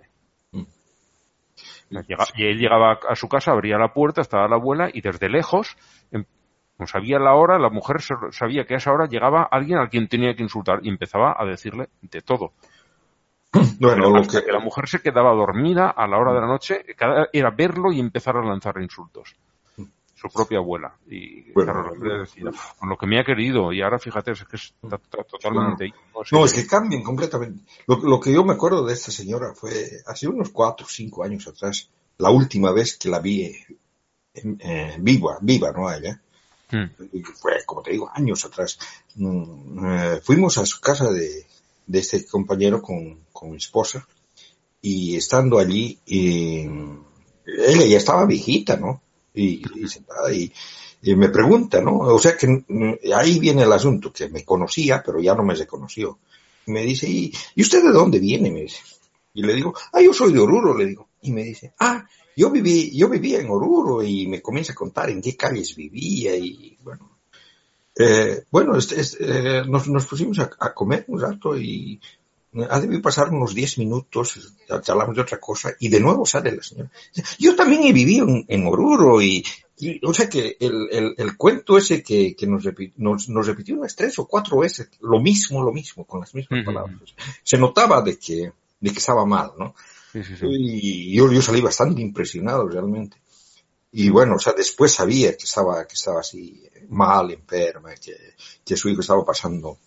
Y él llegaba a su casa, abría la puerta, estaba la abuela y desde lejos, como sabía la hora, la mujer sabía que a esa hora llegaba alguien al quien tenía que insultar y empezaba a decirle de todo. Bueno, lo que... que la mujer se quedaba dormida a la hora de la noche, era verlo y empezar a lanzar insultos. Su propia abuela. Y bueno, claro, el hombre decía, con lo que me ha querido, y ahora fíjate, es que está totalmente... Bueno, no, sé, no, es que cambian completamente. Lo, lo que yo me acuerdo de esta señora fue hace unos cuatro o cinco años atrás, la última vez que la vi eh, eh, viva, viva, ¿no? Ella. Hmm. Fue, como te digo, años atrás. Mm, eh, fuimos a su casa de, de este compañero con, con mi esposa, y estando allí, eh, ella ya estaba viejita, ¿no? Y, y sentada y, y me pregunta, ¿no? O sea que ahí viene el asunto, que me conocía, pero ya no me reconoció. Y me dice, ¿y, ¿y usted de dónde viene? Me dice. Y le digo, ah, yo soy de Oruro, le digo. Y me dice, ah, yo viví, yo vivía en Oruro, y me comienza a contar en qué calles vivía, y bueno. Eh, bueno, este, este, eh, nos, nos pusimos a, a comer un rato y ha debido pasar unos diez minutos, hablamos de otra cosa, y de nuevo sale la señora. Yo también he vivido en, en Oruro, y, y, o sea que el, el, el cuento ese que, que nos, repi, nos, nos repitió unas tres o cuatro veces, lo mismo, lo mismo, con las mismas uh-huh. palabras. Se notaba de que, de que estaba mal, ¿no? Sí, sí, sí. Y yo, yo salí bastante impresionado realmente. Y bueno, o sea, después sabía que estaba, que estaba así mal, enferma, que, que su hijo estaba pasando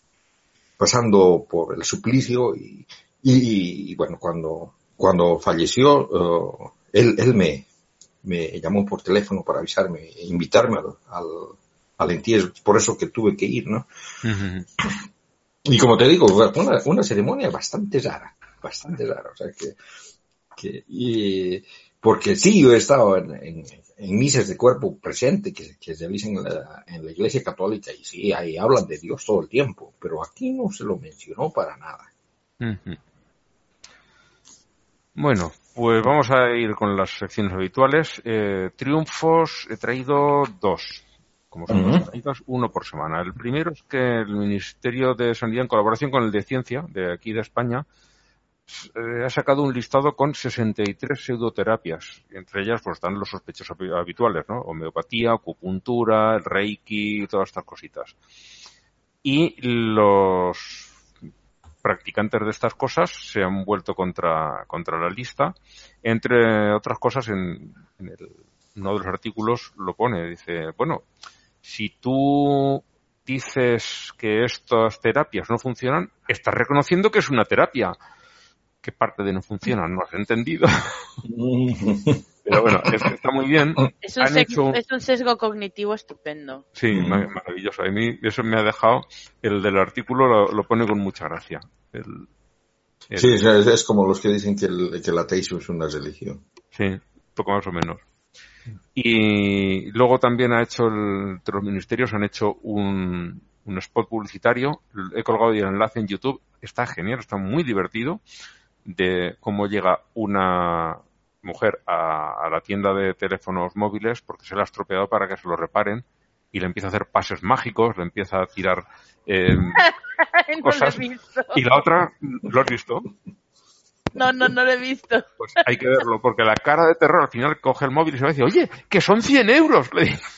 pasando por el suplicio y, y, y bueno, cuando, cuando falleció, uh, él, él me, me llamó por teléfono para avisarme, e invitarme al, al, al entierro, por eso que tuve que ir, ¿no? Uh-huh. Y como te digo, una, una ceremonia bastante rara, bastante rara, o sea que, que y, porque sí, yo he estado en, en, en misas de cuerpo presente que, que se realizan en la, en la Iglesia Católica y sí, ahí hablan de Dios todo el tiempo, pero aquí no se lo mencionó para nada. Uh-huh. Bueno, pues vamos a ir con las secciones habituales. Eh, triunfos, he traído dos, como son uh-huh. dos traídos, uno por semana. El primero es que el Ministerio de Sanidad, en colaboración con el de Ciencia, de aquí de España, Eh, ha sacado un listado con sesenta y tres pseudoterapias. Entre ellas pues están los sospechosos habituales, ¿no? Homeopatía, acupuntura, el reiki, todas estas cositas. Y los practicantes de estas cosas se han vuelto contra, contra la lista. Entre otras cosas, en, en el, uno de los artículos lo pone, dice, bueno, si tú dices que estas terapias no funcionan, estás reconociendo que es una terapia. ¿Qué parte de no funciona? No has entendido. Pero bueno, es que está muy bien. Es un, sesgo, hecho... es un sesgo cognitivo estupendo. Sí, maravilloso. A mí eso me ha dejado, el del artículo lo, lo pone con mucha gracia. El... El, sí, es, es como los que dicen que el, que el ateísmo es una religión. Sí, poco más o menos. Y luego también ha hecho, el, los ministerios han hecho un, un spot publicitario. He colgado el enlace en YouTube. Está genial, está muy divertido, de cómo llega una mujer a, a la tienda de teléfonos móviles porque se le ha estropeado para que se lo reparen, y le empieza a hacer pases mágicos, le empieza a tirar eh, no cosas. Lo he visto. Y la otra, ¿lo has visto? No, no, no lo he visto. Pues hay que verlo, porque la cara de terror al final coge el móvil y se va a decir, oye, que son cien euros. Le digo.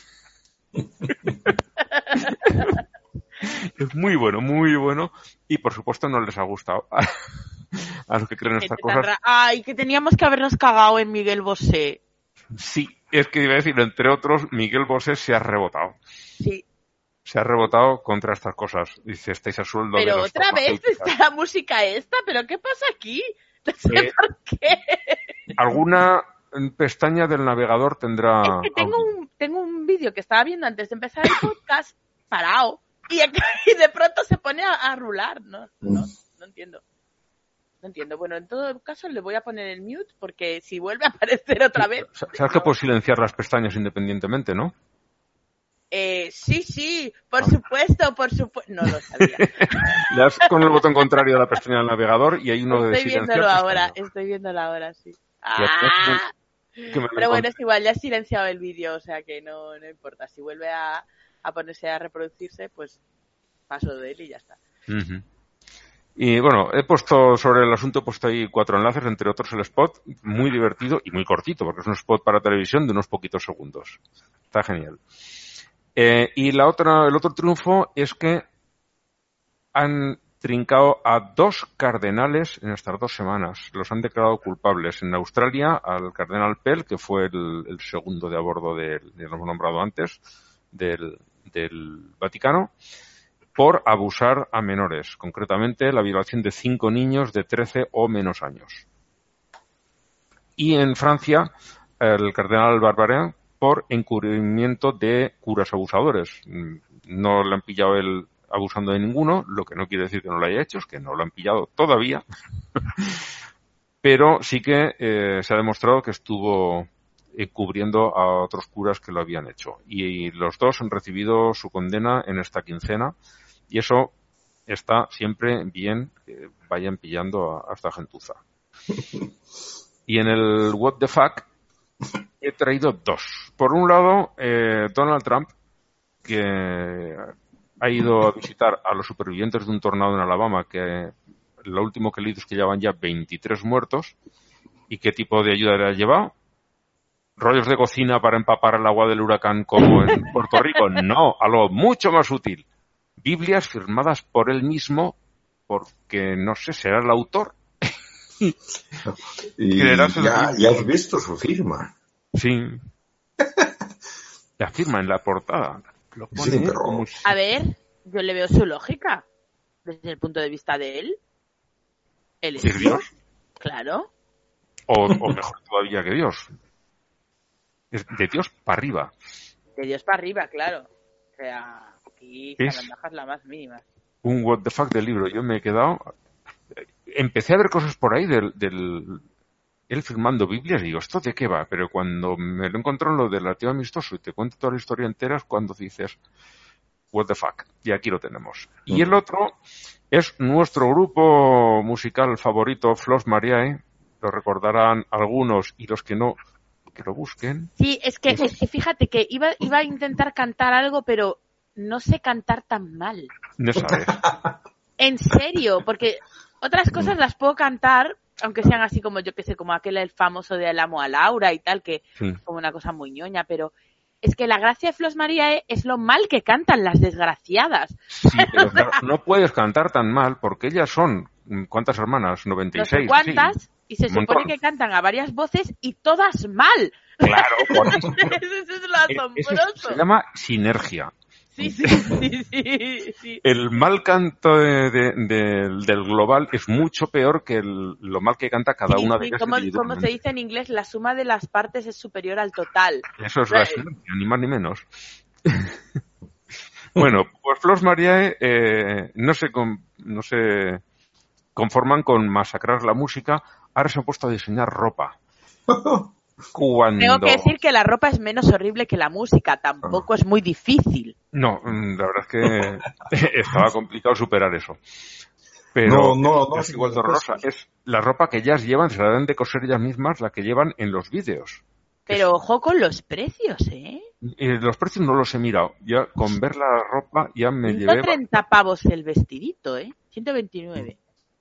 Es muy bueno, muy bueno. Y por supuesto no les ha gustado a los que creen estas cosas. Ra- Ay, que teníamos que habernos cagado en Miguel Bosé. Sí, es que iba a decir, entre otros, Miguel Bosé se ha rebotado. Sí. Se ha rebotado contra estas cosas. Dice, estáis a sueldo de Pero los otra vez farmacéuticas. está la música esta, ¿pero qué pasa aquí? No sé Eh, por qué. ¿Alguna pestaña del navegador tendrá...? Es que tengo un, tengo un vídeo que estaba viendo antes de empezar el podcast parado y, acá- y de pronto se pone a, a rular. No, no, no entiendo. No entiendo. Bueno, en todo caso le voy a poner el mute porque si vuelve a aparecer otra vez... ¿Sabes que puedes silenciar las pestañas independientemente, no? Eh, sí, sí, por supuesto, por supuesto. No lo sabía. Le das con el botón contrario a la pestaña del navegador y hay uno de Estoy silenciar viéndolo ahora, pestañas. estoy viéndolo ahora, sí. Y ¡Ah! al final que me lo Pero bueno, encontré. es igual, ya he silenciado el vídeo, o sea que no, no importa. Si vuelve a, a ponerse a reproducirse, pues paso de él y ya está. Ujú. Y bueno, he puesto sobre el asunto, he puesto ahí cuatro enlaces, entre otros el spot, muy divertido y muy cortito, porque es un spot para televisión de unos poquitos segundos. Está genial. Eh, y la otra, el otro triunfo es que han trincado a dos cardenales en estas dos semanas. Los han declarado culpables. En Australia, al cardenal Pell, que fue el, el segundo de a bordo del, ya lo hemos nombrado antes, del, del Vaticano, por abusar a menores, concretamente la violación de cinco niños de trece o menos años. Y en Francia, el cardenal Barbarin, por encubrimiento de curas abusadores. No le han pillado él abusando de ninguno, lo que no quiere decir que no lo haya hecho, es que no lo han pillado todavía. Pero sí que eh, se ha demostrado que estuvo encubriendo a otros curas que lo habían hecho. Y los dos han recibido su condena en esta quincena, y eso está siempre bien que vayan pillando a, a esta gentuza. Y en el What the Fuck he traído dos. Por un lado, eh, Donald Trump, que ha ido a visitar a los supervivientes de un tornado en Alabama, que lo último que he leído es que llevan ya veintitrés muertos. ¿Y qué tipo de ayuda le ha llevado? ¿Rollos de cocina para empapar el agua del huracán como en Puerto Rico? No, algo mucho más útil. Biblias firmadas por él mismo, porque, no sé, será el autor. Y ya, ya has visto su firma. Sí. La firma en la portada. Lo pone Sí, pero... como... A ver, yo le veo su lógica. Desde el punto de vista de él. Él es ¿Es Dios? Claro. O, o mejor todavía que Dios. Es de Dios para arriba. De Dios para arriba, claro. O sea, aquí Es- las bajas la más mínima. Un what the fuck del libro. Yo me he quedado... Empecé a ver cosas por ahí del... del... él firmando Biblias y digo, ¿esto de qué va? Pero cuando me lo encontré en lo del ateo amistoso y te cuento toda la historia entera es cuando dices, what the fuck, y aquí lo tenemos. Y el otro es nuestro grupo musical favorito, Flos Mariae, lo recordarán algunos y los que no, que lo busquen. Sí, es que, es que fíjate que iba, iba a intentar cantar algo, pero no sé cantar tan mal. No sabes. En serio, porque otras cosas las puedo cantar, aunque sean así como, yo que sé, como aquel el famoso de El amo a Laura y tal, que Sí. es como una cosa muy ñoña, pero es que la gracia de Flos Mariae es lo mal que cantan las desgraciadas. Sí, pero claro, no puedes cantar tan mal porque ellas son, ¿cuántas hermanas? noventa y No sé seis. cuántas, Sí. y se Un supone montón. que cantan a varias voces y todas mal. Claro, por eso. Eso es lo asombroso. Eso se llama sinergia. Sí, sí, sí, sí, sí. El mal canto de- de- de- del global es mucho peor que el- lo mal que canta cada Sí, una sí, de ellas como, como individualmente. se dice en inglés, la suma de las partes es superior al total. Eso es la sinergia, ni más ni menos. Bueno, pues Flos Mariae, eh, no sé, com- no sé conforman con masacrar la música, ahora se han puesto a diseñar ropa. Cuando... Tengo que decir que la ropa es menos horrible que la música, tampoco es muy difícil. No, la verdad es que estaba complicado superar eso. Pero no, no, no, es igual de horrorosa. Es la ropa que ellas llevan, se la deben de coser ellas mismas, la que llevan en los vídeos. Pero es... ojo con los precios, ¿eh? Eh, los precios no los he mirado. Ya con ver la ropa ya me ciento llevé... treinta pavos el vestidito, ¿eh? ciento veintinueve.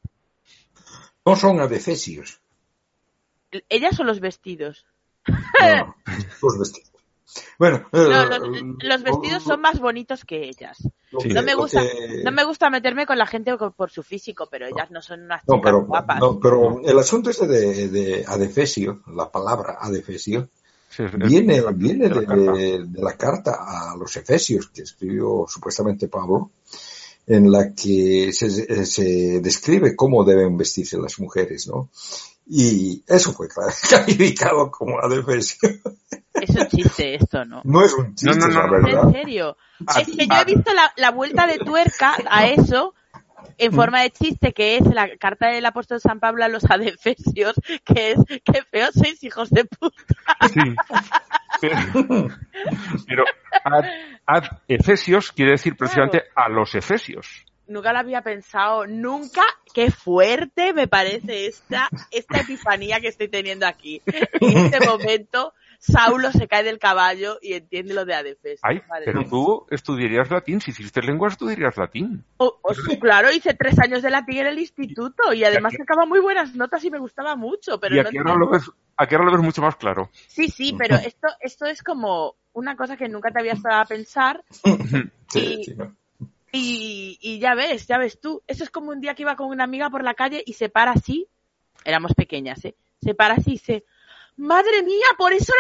No son adefesios. ¿Ellas o los vestidos? No, los vestidos. Bueno, no, eh, los, los vestidos son más bonitos que ellas. Sí, no me gusta, que... no me gusta meterme con la gente por su físico, pero ellas no son unas chicas no, pero, guapas. No, pero el asunto ese de, de adefesio, la palabra adefesio, sí, es, viene, es, viene de, de, de la carta a los efesios que escribió supuestamente Pablo, en la que se, se describe cómo deben vestirse las mujeres, ¿no? Y eso fue calificado como adefesio. Es un chiste esto, ¿no? No es un chiste, no, no, no, la verdad. En serio. Es que yo he visto la, la vuelta de tuerca a eso en forma de chiste, que es la carta del apóstol San Pablo a los adefesios, que es que feos sois hijos de puta. Sí. Pero, pero ad, ad efesios quiere decir precisamente claro. A los efesios. Nunca lo había pensado, nunca. Qué fuerte me parece esta, esta epifanía que estoy teniendo aquí. En este momento, Saulo se cae del caballo y entiende lo de adefesios. Ay, Madre pero Dios. Tú estudiarías latín, si hiciste lenguas estudiarías latín. Oh, oh, claro, hice tres años de latín en el instituto y además sacaba muy buenas notas y me gustaba mucho. Pero y aquí, no ahora lo ves, aquí ahora lo ves mucho más claro. Sí, sí, pero esto, esto es como una cosa que nunca te habías dado a pensar. Sí, y, sí, no. Y, y ya ves, ya ves tú, eso es como un día que iba con una amiga por la calle y se para así, éramos pequeñas, ¿eh? Se para así y dice, ¡madre mía, por eso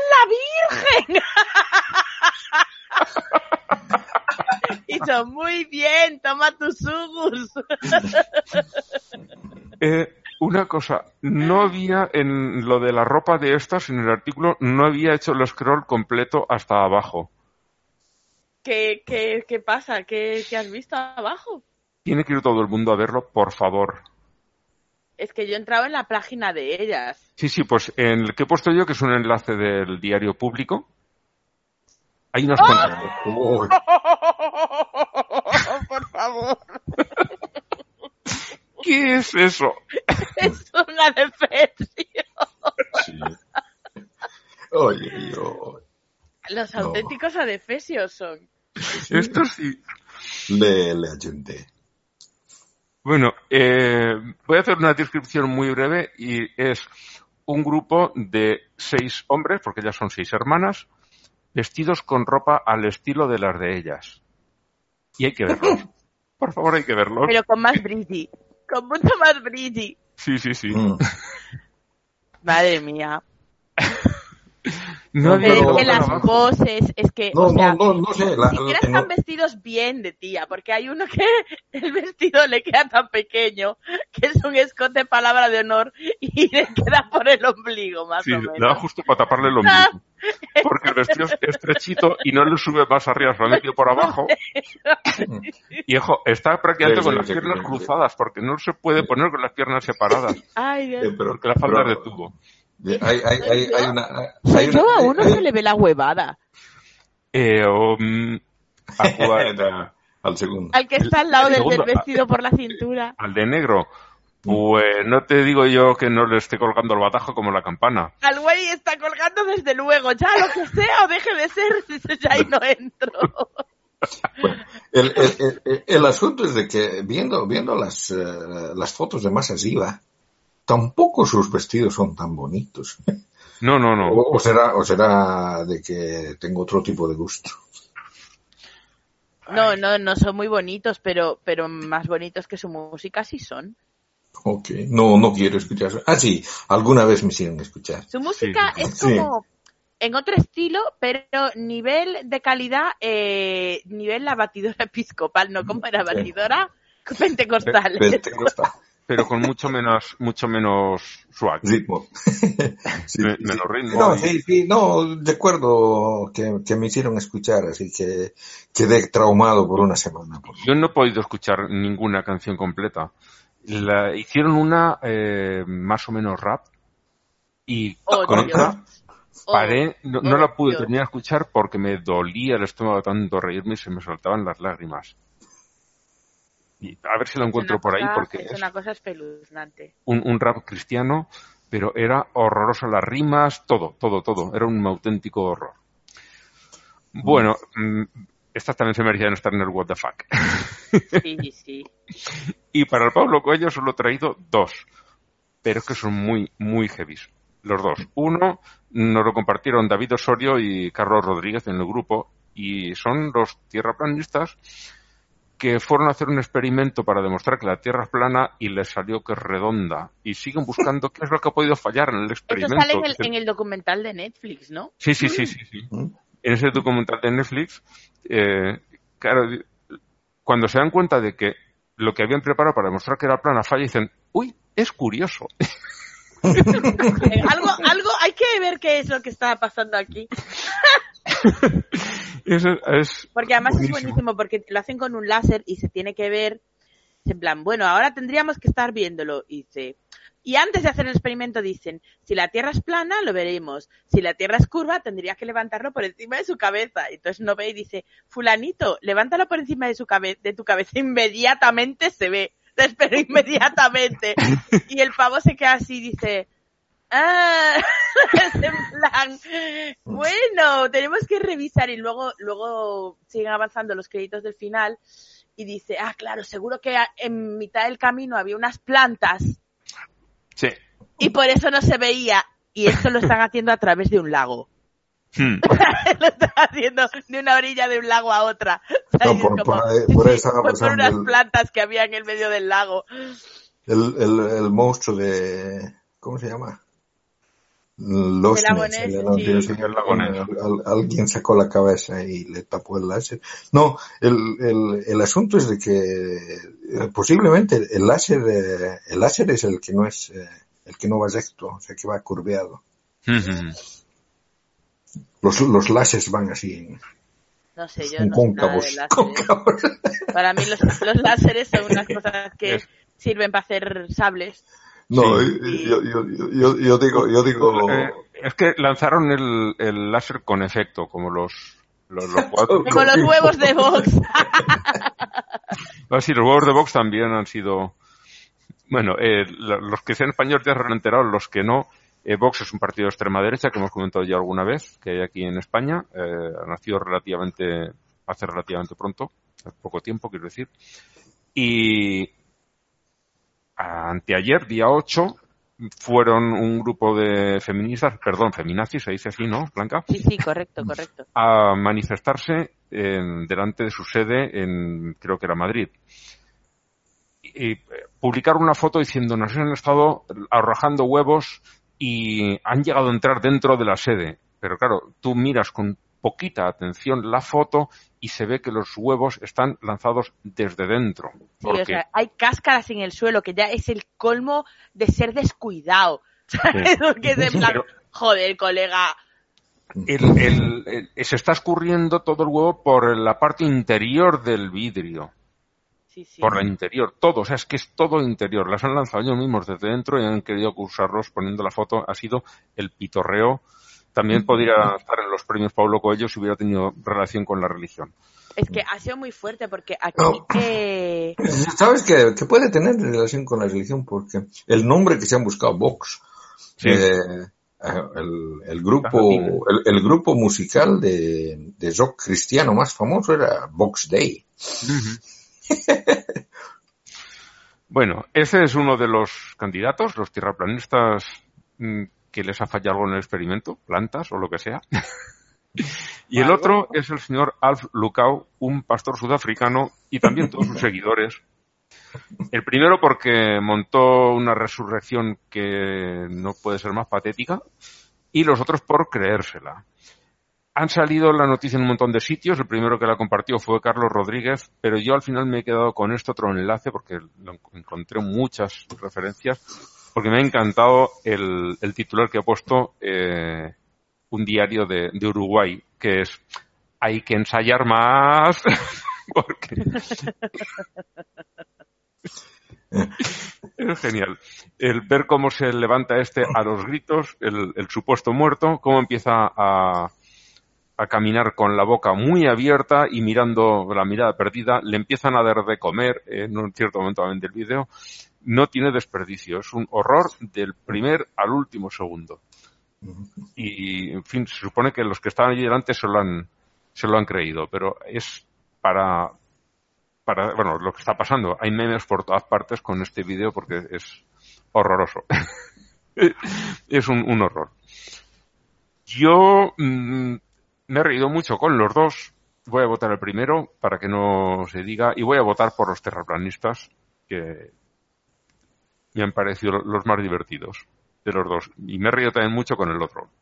la llaman la Virgen! Y yo, muy bien, toma tus sugus. Eh, una cosa, no había en lo de la ropa de estas, en el artículo, no había hecho el scroll completo hasta abajo. ¿Qué, qué, qué pasa? ¿Qué, ¿Qué has visto abajo? Tiene que ir todo el mundo a verlo, por favor. Es que yo he entrado en la página de ellas. Sí, sí, pues en el que he puesto yo, que es un enlace del diario público, hay unas ¡Oh! cuantas. ¡Oh! Por favor. ¿Qué es eso? Es una adefesio. Sí. Oye, yo... Los auténticos no. adefesios son. Sí. Esto sí. Le, le ayunté. Bueno, eh, voy a hacer una descripción muy breve y es un grupo de seis hombres, porque ellas son seis hermanas, vestidos con ropa al estilo de las de ellas. Y hay que verlos. Por favor, hay que verlos. Pero con más brilli. Con mucho más brilli. Sí, sí, sí. Mm. Madre mía. No, pero pero, es que las poses, es que, no, o sea, no, no, no sé. La, ni siquiera la, están no. vestidos bien de tía, porque hay uno que el vestido le queda tan pequeño que es un escote palabra de honor y le queda por el ombligo, más sí, o menos. le da justo para taparle el ombligo. Porque el vestido es estrechito y no le sube más arriba, se lo ha metido por abajo. Y ojo, está prácticamente sí, con sí, las sí, piernas sí, cruzadas, porque no se puede poner con las piernas separadas. Ay, Dios. Eh, pero, porque la falda pero, es de tubo. Hay, hay, hay, hay una... Soy Hay yo, una a uno hay, se le ve la huevada. Eh, um, a jugar, al segundo. Al que está al lado el del, segundo, del vestido por la cintura. Al de negro. Pues no te digo yo que no le esté colgando el batajo como la campana. Al güey está colgando desde luego, ya lo que sea o deje de ser, ya ahí no entro. Bueno, el, el, el, el asunto es de que viendo viendo las, uh, las fotos de más arriba, tampoco sus vestidos son tan bonitos. No, no, no. O, o será o será de que tengo otro tipo de gusto. No, no, no son muy bonitos, pero pero más bonitos que su música sí son. Ok, no, no quiero escuchar. Ah, sí, alguna vez me hicieron escuchar. Su música sí, es sí. como en otro estilo, pero nivel de calidad, eh, nivel la batidora episcopal, ¿no? ¿Cómo era? Batidora pentecostal. Pentecostal. Pero con mucho menos, mucho menos swag. Ritmo. Sí, Me, sí. menos ritmo. No, sí, sí, no, recuerdo que, que me hicieron escuchar, así que quedé traumado por una semana. Por... Yo no he podido escuchar ninguna canción completa. La, hicieron una eh, más o menos rap y Oh, con Dios. esa paré, no, no Oh, la pude Dios. terminar de escuchar porque me dolía el estómago de tanto reírme y se me saltaban las lágrimas. Y a ver si lo Es encuentro una por ahí cosa- porque es es una cosa espeluznante. un, un rap cristiano, pero era horroroso las rimas, todo, todo, todo. Era un auténtico horror. Bueno, mm, estas también se merecían estar en el What the Fuck. Sí, sí, sí. Y para el Pablo Coelho solo he traído dos, pero es que son muy, muy heavies. Los dos. Uno nos lo compartieron David Osorio y Carlos Rodríguez en el grupo, y son los tierraplanistas que fueron a hacer un experimento para demostrar que la Tierra es plana y les salió que es redonda. Y siguen buscando qué es lo que ha podido fallar en el Esto experimento. sale en el, en el documental de Netflix, ¿no? Sí, sí, sí, sí, sí. En ese documental de Netflix, eh, claro, cuando se dan cuenta de que lo que habían preparado para demostrar que era plana falla, dicen, uy, es curioso. algo, algo, hay que ver qué es lo que está pasando aquí. Eso es Porque además buenísimo. es buenísimo porque lo hacen con un láser y se tiene que ver, en plan, bueno, ahora tendríamos que estar viéndolo. Y dice, y antes de hacer el experimento dicen, si la Tierra es plana, lo veremos. Si la Tierra es curva, tendría que levantarlo por encima de su cabeza. Entonces no ve y dice, fulanito, levántalo por encima de su cabe- de tu cabeza. Inmediatamente se ve. Pero inmediatamente. Y el pavo se queda así y dice, ah, es en plan, bueno, tenemos que revisar. Y luego, luego siguen avanzando los créditos del final y dice, ah, claro, seguro que en mitad del camino había unas plantas. Sí. Y por eso no se veía. Y esto lo están haciendo a través de un lago. Hmm. Lo están haciendo de una orilla de un lago a otra. No, ¿Sabes? por- Como, por ahí- sí, por ahí sí, estaba fue por pasando unas el- plantas que había en el medio del lago. El, el, el monstruo de... ¿Cómo se llama? Los El lago Ness, sí. El lago Ness. Alguien sacó la cabeza y le tapó el láser. No, el, el, el asunto es de que eh, posiblemente el láser eh, el láser es el que no es eh, el que no va recto, o sea que va curveado. Los, los láseres van así No sé, yo en no sé nada cóncavos. de láseres. cóncavos. Para mí los, los láseres son unas cosas que Es- sirven para hacer sables. No, Sí. yo, yo, yo, yo, yo digo, yo digo, Eh, es que lanzaron el, el láser con efecto, como los, los, los cuatro. Como los huevos de Vox. Ah, sí, los huevos de Vox también han sido... Bueno, eh, la- los que sean españoles ya se han enterado, los que no. Eh, Vox es un partido de extrema derecha que hemos comentado ya alguna vez, que hay aquí en España. Eh, ha nacido relativamente, hace relativamente pronto, hace poco tiempo, quiero decir. Y anteayer, día ocho, fueron un grupo de feministas, perdón, feminazis, se dice así, ¿no, Blanca? Sí, sí, correcto, correcto. A manifestarse en, delante de su sede en, creo que era Madrid. Y, y publicaron una foto diciendo, nos han estado arrojando huevos y han llegado a entrar dentro de la sede. Pero claro, tú miras con poquita atención la foto y se ve que los huevos están lanzados desde dentro. Sí, Porque, o sea, hay cáscaras en el suelo, que ya es el colmo de ser descuidado. ¿Sabes? Porque es en plan, Pero- joder, colega. el, el- el- se está escurriendo todo el huevo por la parte interior del vidrio. Sí, sí. Por la interior, todo, o sea, es que es todo interior. Las han lanzado ellos mismos desde dentro y han querido acusarlos poniendo la foto. Ha sido el pitorreo. También podría estar en los premios Pablo Coelho si hubiera tenido relación con la religión. Es que ha sido muy fuerte porque aquí... No. Eh... ¿Sabes que, que puede tener relación con la religión? Porque el nombre que se han buscado, Vox, Sí. eh, el, el grupo el, el grupo musical de, de rock cristiano más famoso era Vox Day. Bueno, ese es uno de los candidatos, los tierraplanistas mm, que les ha fallado algo en el experimento, plantas o lo que sea. Y el otro es el señor Alf Lukau, un pastor sudafricano y también todos sus seguidores. El primero porque montó una resurrección que no puede ser más patética y los otros por creérsela. Han salido la noticia en un montón de sitios. El primero que la compartió fue Carlos Rodríguez, pero yo al final me he quedado con este otro enlace porque lo encontré muchas referencias, porque me ha encantado el, el titular que ha puesto eh, un diario de, de Uruguay, que es hay que ensayar más porque genial. El ver cómo se levanta este a los gritos, el, el supuesto muerto, cómo empieza a, a caminar con la boca muy abierta y mirando la mirada perdida, le empiezan a dar de comer en un cierto momento del vídeo. No tiene desperdicio, es un horror del primer al último segundo. Y, en fin, se supone que los que estaban allí delante se lo han, se lo han creído, pero es para... Para, bueno, lo que está pasando, hay memes por todas partes con este vídeo porque es horroroso. Es un, un horror. Yo mmm, me he reído mucho con los dos. Voy a votar el primero para que no se diga y voy a votar por los terraplanistas, que me han parecido los más divertidos de los dos. Y me he reído también mucho con el otro.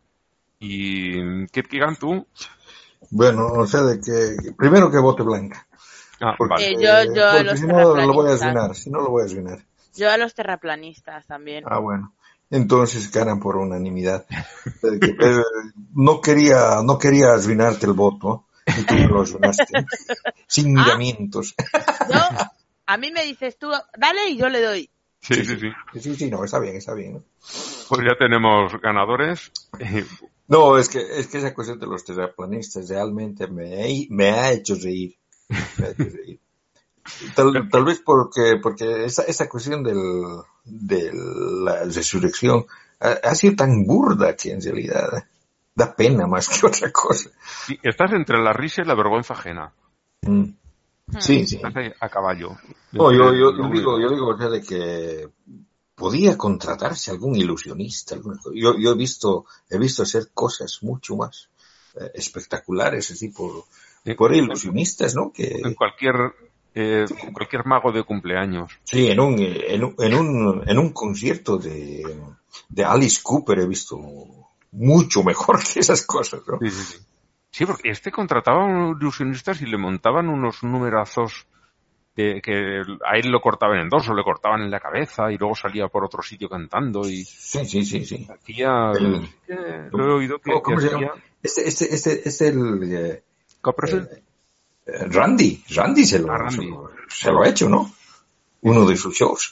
Y Kierkegaard, tú. Bueno, o sea, de que primero que vote Blanca. Ah, porque, vale. Eh, yo, yo a los si no lo voy a terraplanistas. arruinar, si no lo voy a arruinar. Yo a los terraplanistas también. Ah, bueno. Entonces ganan por unanimidad. eh, no quería, no quería arruinarte el voto y tú me lo arruinaste. Sin miramientos. Yo, a mí me dices tú, dale y yo le doy. Sí, sí, sí. Sí, sí, sí, no, está bien, está bien, ¿no? Pues ya tenemos ganadores. No, es que, es que esa cuestión de los terraplanistas realmente me, me ha hecho reír. Me ha hecho reír. Tal, tal vez porque, porque esa, esa cuestión del, de la resurrección ha, ha sido tan burda que en realidad da pena más que otra cosa. Sí, estás entre la risa y la vergüenza ajena. Mm. Sí, sí. Estás ahí a caballo. No, yo, yo, yo digo, yo digo, o sea, de que podía contratarse algún ilusionista. Alguna cosa. Yo, yo he visto, he visto hacer cosas mucho más eh, espectaculares, así por, sí. por ilusionistas, ¿no? Que en cualquier eh, sí. cualquier mago de cumpleaños. Sí, en un, en un, en un, en un concierto de, de Alice Cooper he visto mucho mejor que esas cosas, ¿no? Sí, sí, sí. Sí, porque este contrataba a unos ilusionistas y le montaban unos numerazos que, que a él lo cortaban en dos o le cortaban en la cabeza y luego salía por otro sitio cantando y... Sí, sí, sí, sí. Hacía... El, eh, lo he oído que, ¿cómo, que ¿cómo se hacía... llama? Este, este, este, este el... Eh, ¿Copperfield? Eh, Randy, Randy se lo, ah, Randy. Se, lo, se lo ha hecho, ¿no? Uno de sus shows.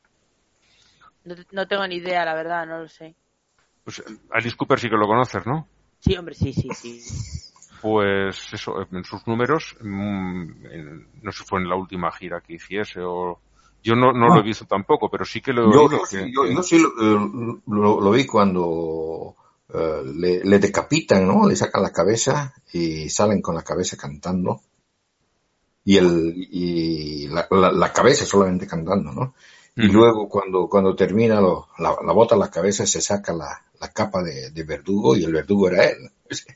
No, no tengo ni idea, la verdad, no lo sé. Pues Alice Cooper sí que lo conoces, ¿no? Sí, hombre, sí, sí, sí. Pues eso, en sus números, en, no sé si fue en la última gira que hiciese o... Yo no, no, no. lo he visto tampoco, pero sí que lo he yo, oído. Sí, que, yo, yo sí lo, lo, lo vi cuando uh, le, le decapitan, ¿no? Le sacan la cabeza y salen con la cabeza cantando. Y el y la, la, la cabeza solamente cantando, ¿no? Y uh-huh. luego cuando cuando termina lo, la, la bota a la cabeza se saca la, la capa de, de verdugo y el verdugo era él.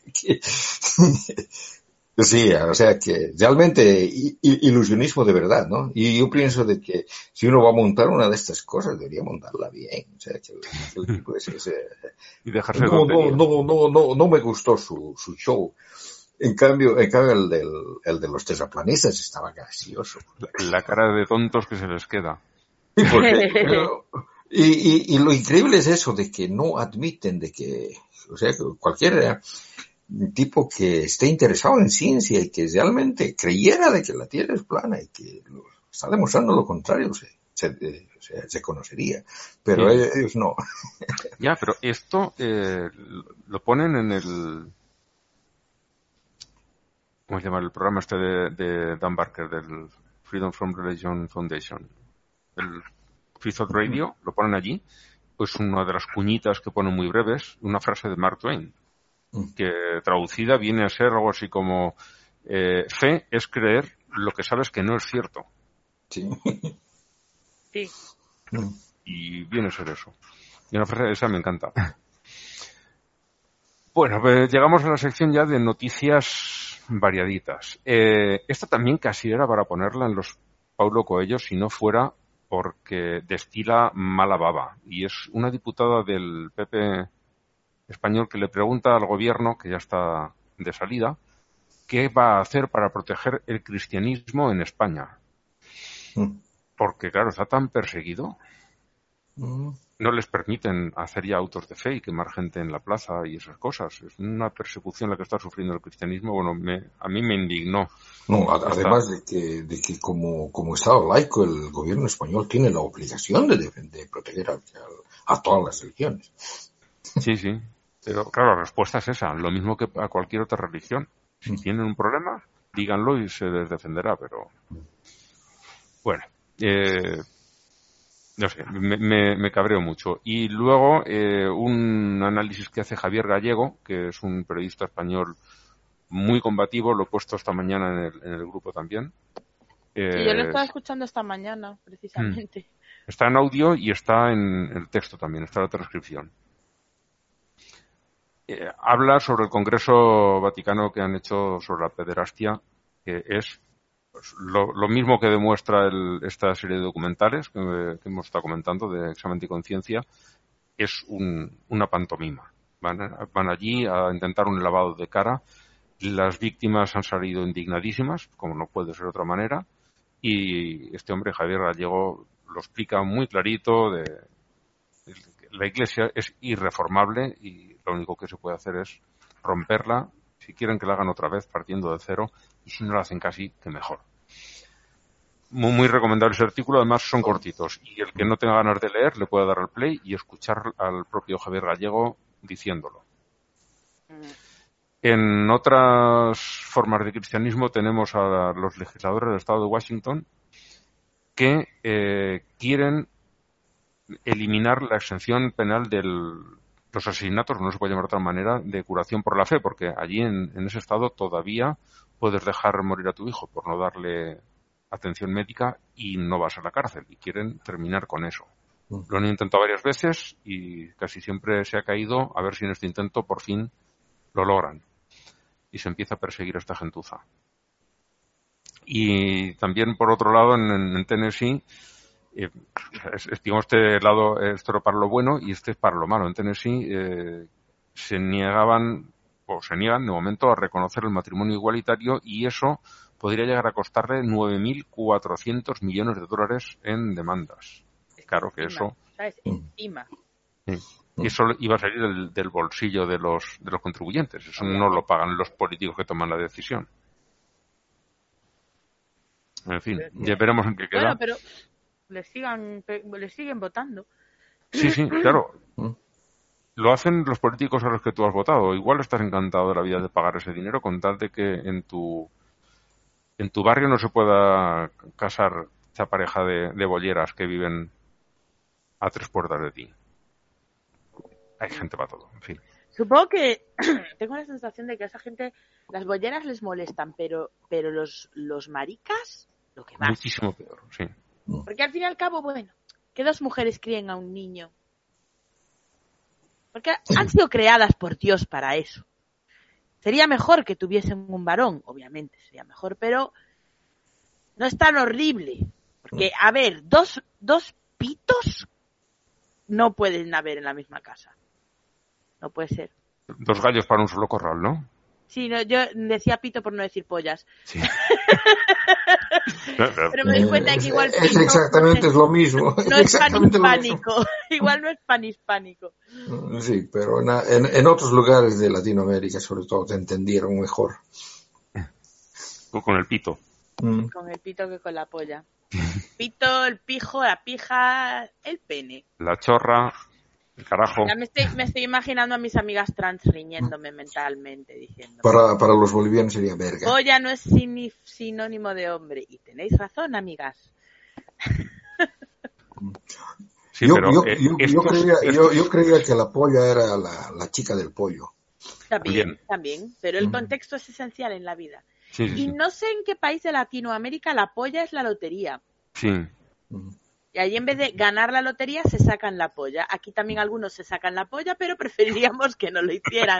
Sí, o sea que realmente ilusionismo de verdad, ¿no? Y yo pienso de que si uno va a montar una de estas cosas debería montarla bien, o sea que el, el tipo ese, ese y dejarse no, no, no, no, no, no me gustó su, su show. En cambio, en cambio el del el de los terraplanistas estaba gracioso. La, la cara de tontos que se les queda. Sí, porque, pero, y, y, y lo increíble es eso de que no admiten de que, o sea, que cualquier tipo que esté interesado en ciencia y que realmente creyera de que la Tierra es plana y que lo, está demostrando lo contrario, se, se, se, se conocería, pero sí. ellos no. Ya, pero esto eh, lo ponen en el... ¿Cómo se llama el programa este de, de Dan Barker, del Freedom from Religion Foundation? El Free Thought Radio, lo ponen allí, pues una de las cuñitas que ponen muy breves, una frase de Mark Twain, que traducida viene a ser algo así como eh, fe es creer lo que sabes que no es cierto. Sí. Sí. Y viene a ser eso. Y una frase esa me encanta. Bueno, pues llegamos a la sección ya de noticias variaditas. Eh, esta también casi era para ponerla en los Paulo Coelho si no fuera porque destila mala baba. Y es una diputada del P P español que le pregunta al gobierno, que ya está de salida, qué va a hacer para proteger el cristianismo en España. Mm. Porque, claro, está tan perseguido. Mm. no les permiten hacer ya autos de fe y quemar gente en la plaza y esas cosas. Es una persecución la que está sufriendo el cristianismo. Bueno, me, a mí me indignó. No, además de que, de que como, como Estado laico, el gobierno español tiene la obligación de, de proteger a, a, a todas las religiones. Sí, sí. Pero claro, la respuesta es esa. Lo mismo que a cualquier otra religión. Si tienen un problema, díganlo y se les defenderá. Pero bueno, eh... no sé, me, me, me cabreo mucho. Y luego eh, un análisis que hace Javier Gallego, que es un periodista español muy combativo, lo he puesto esta mañana en el, en el grupo también. Eh, sí, yo lo estaba escuchando esta mañana, precisamente. Está en audio y está en el texto también, está en la transcripción. Eh, habla sobre el Congreso Vaticano que han hecho sobre la pederastia, que es Pues lo, lo mismo que demuestra el, esta serie de documentales que, que hemos estado comentando de Examen de Conciencia, es un, una pantomima. Van, van allí a intentar un lavado de cara. Las víctimas han salido indignadísimas, como no puede ser de otra manera, y este hombre, Javier Gallego, lo explica muy clarito. De, de, la Iglesia es irreformable y lo único que se puede hacer es romperla. Si quieren que la hagan otra vez partiendo de cero, y si no lo hacen casi, que mejor. Muy, muy recomendable ese artículo, además son cortitos, y el que no tenga ganas de leer le puede dar al play y escuchar al propio Javier Gallego diciéndolo. En otras formas de cristianismo tenemos a los legisladores del estado de Washington que eh, quieren eliminar la exención penal del los asesinatos, no se puede llamar de otra manera, de curación por la fe, porque allí en, en ese estado todavía puedes dejar morir a tu hijo por no darle atención médica y no vas a la cárcel, y quieren terminar con eso. Mm. Lo han intentado varias veces y casi siempre se ha caído, a ver si en este intento por fin lo logran. Y se empieza a perseguir a esta gentuza. Y también, por otro lado, en, en Tennessee, Eh, es, es, digamos, este lado, esto era para lo bueno y este es para lo malo. En Tennessee eh, se niegaban, o se niegan de momento a reconocer el matrimonio igualitario, y eso podría llegar a costarle nueve mil cuatrocientos millones de dólares en demandas. Claro que eso... ¿Sabes? Encima. Sí. Y eso iba a salir del, del bolsillo de los, de los contribuyentes. Eso no lo pagan los políticos que toman la decisión. En fin, ya veremos en qué queda. Bueno, pero... le sigan le siguen votando. Sí, sí, claro. Lo hacen los políticos a los que tú has votado. Igual estás encantado de la vida de pagar ese dinero con tal de que en tu en tu barrio no se pueda casar esa pareja de, de bolleras que viven a tres puertas de ti. Hay gente para todo, en fin. Supongo que tengo la sensación de que a esa gente las bolleras les molestan, pero pero los los maricas, lo que más. Muchísimo peor, sí. Porque al fin y al cabo, bueno, que dos mujeres críen a un niño. Porque han sido creadas por Dios para eso. Sería mejor que tuviesen un varón, obviamente sería mejor, pero no es tan horrible. Porque, a ver, dos, dos pitos no pueden haber en la misma casa. No puede ser. Dos gallos para un solo corral, ¿no? Sí, no, yo decía pito por no decir pollas. Sí. Pero me doy cuenta que igual es exactamente es lo mismo. No es panhispánico. Igual no es panhispánico. Sí, pero en, en otros lugares de Latinoamérica, sobre todo, te entendieron mejor. Con el pito. Mm. Con el pito que con la polla. Pito, el pijo, la pija, el pene. La chorra. El carajo. Ya me estoy, me estoy imaginando a mis amigas trans riñéndome mentalmente, diciendo... Para, para los bolivianos sería verga. Polla no es sin, sinónimo de hombre. Y tenéis razón, amigas. Sí, yo, pero, yo, eh, yo, estos, yo, creía, estos... yo, yo creía que la polla era la, la chica del pollo. También, Bien. también. Pero el contexto es esencial en la vida. Sí, sí, y sí. no sé en qué país de Latinoamérica la polla es la lotería. Sí. Y ahí en vez de ganar la lotería se sacan la polla. Aquí también algunos se sacan la polla, pero preferiríamos que no lo hicieran.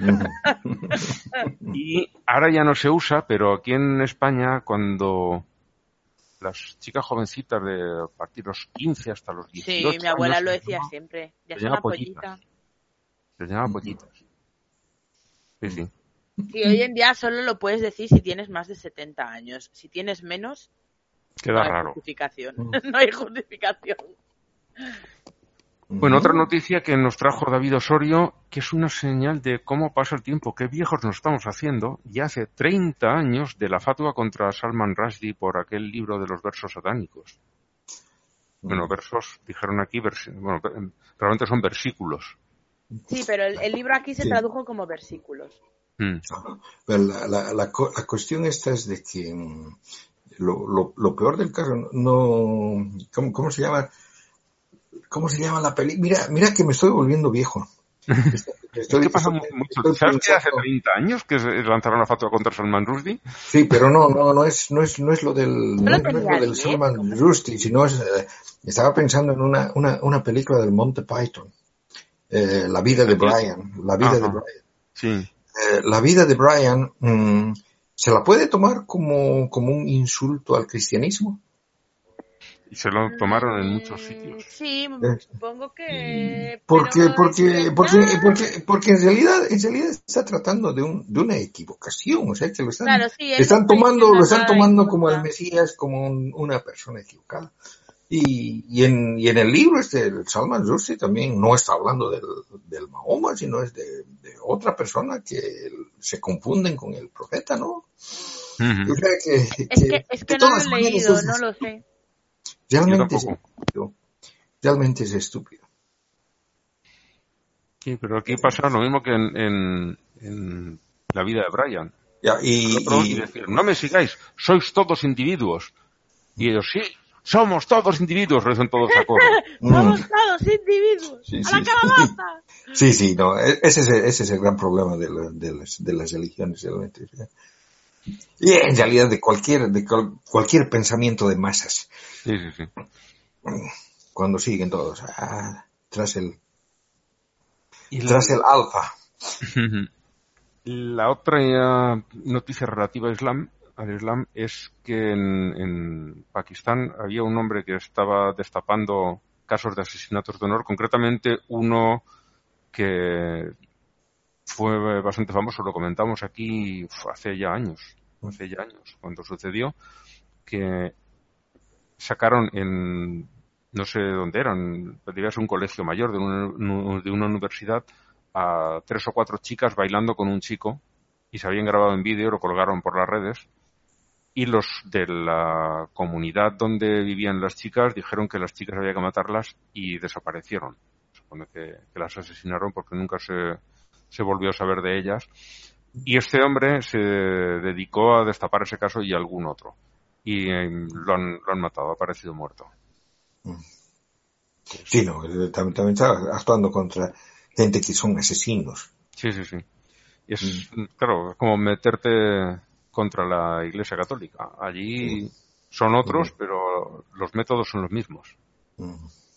Y ahora ya no se usa, pero aquí en España, cuando las chicas jovencitas de a partir de los quince hasta los dieciocho Sí, mi abuela años, lo decía ¿no? siempre. Ya Se es llama una pollita. pollitas. Se llama pollitas. Sí, sí. Y hoy en día solo lo puedes decir si tienes más de setenta años. Si tienes menos, Queda no hay raro. justificación. No hay justificación. Bueno, otra noticia que nos trajo David Osorio, que es una señal de cómo pasa el tiempo, qué viejos nos estamos haciendo, y hace treinta años de la fatua contra Salman Rushdie por aquel libro de los versos satánicos. Bueno, versos, dijeron aquí, versi- bueno, realmente son versículos. Sí, pero el, el libro aquí se Sí. tradujo como versículos. Mm. Pero la, la, la, co- la cuestión esta es de que mm, lo, lo, lo peor del caso no... ¿Cómo, cómo se llama? ¿Cómo se llama la peli? Mira, mira que me estoy volviendo viejo. Estoy, es que pasa estoy- mucho. estoy ¿Sabes que hace pensando- treinta años que se lanzaron la fatua contra Salman Rushdie? Sí, pero no, no, no es, no es, no es lo del, no lo es, no es tenía lo del diez, Salman ¿cómo? Rushdie, sino es, eh, estaba pensando en una, una, una película del Monty Python, eh, La vida de Brian, La vida Ajá. de Brian. Sí. Eh, la vida de Brian, mm, ¿se la puede tomar como, como un insulto al cristianismo? Y se lo tomaron en muchos sitios. Sí, Eh. supongo que... Porque, pero porque, es porque, verdad. porque, porque en realidad, en realidad está tratando de un, de una equivocación, o sea que lo están, Claro, sí, él están no está tomando, diciendo lo están nada tomando en como el contra. Mesías, como un- una persona equivocada. Y, y en, y en el libro este, el Salman Rushdie también no está hablando del, del Mahoma, sino es de, de otra persona que se confunden con el profeta, ¿no? O Ujú. sea que, Es que que, es de que no lo todas he maneras leído, es- no lo sé. realmente es Yo tampoco. estúpido. Realmente es estúpido. Sí, pero aquí pasa lo mismo que en, en, en la vida de Brian. Ya, y, Otro, y y- decir, no me sigáis, sois todos individuos. Y ellos, sí, somos todos individuos, rezan todos a coro. Somos mm, todos individuos. Sí, ¡A sí. la calabaza! sí, sí, no, e- ese es, el- ese es el gran problema de, la- de las, de las religiones realmente. o sea. Y en realidad de cualquier, de cual- cualquier pensamiento de masas, Sí, sí, sí. cuando siguen todos ah, tras el, Y la, tras el alfa. la otra eh, noticia relativa a Islam, al Islam es que en, en Pakistán había un hombre que estaba destapando casos de asesinatos de honor, concretamente uno que fue bastante famoso, lo comentamos aquí uf, hace ya años, hace ya años, cuando sucedió, que sacaron en, no sé dónde eran, debía ser un colegio mayor de una, de una universidad, a tres o cuatro chicas bailando con un chico y se habían grabado en vídeo, lo colgaron por las redes y los de la comunidad donde vivían las chicas dijeron que las chicas había que matarlas y desaparecieron. Supone que, que las asesinaron porque nunca se, se volvió a saber de ellas. Y este hombre se dedicó a destapar ese caso y algún otro. Y eh, lo, han, lo han matado, ha aparecido muerto. Sí, no, eh, también, también está actuando contra gente que son asesinos. Sí, sí, sí. Y es, claro, es como meterte contra la Iglesia Católica. Allí son otros, pero los métodos son los mismos. Mm.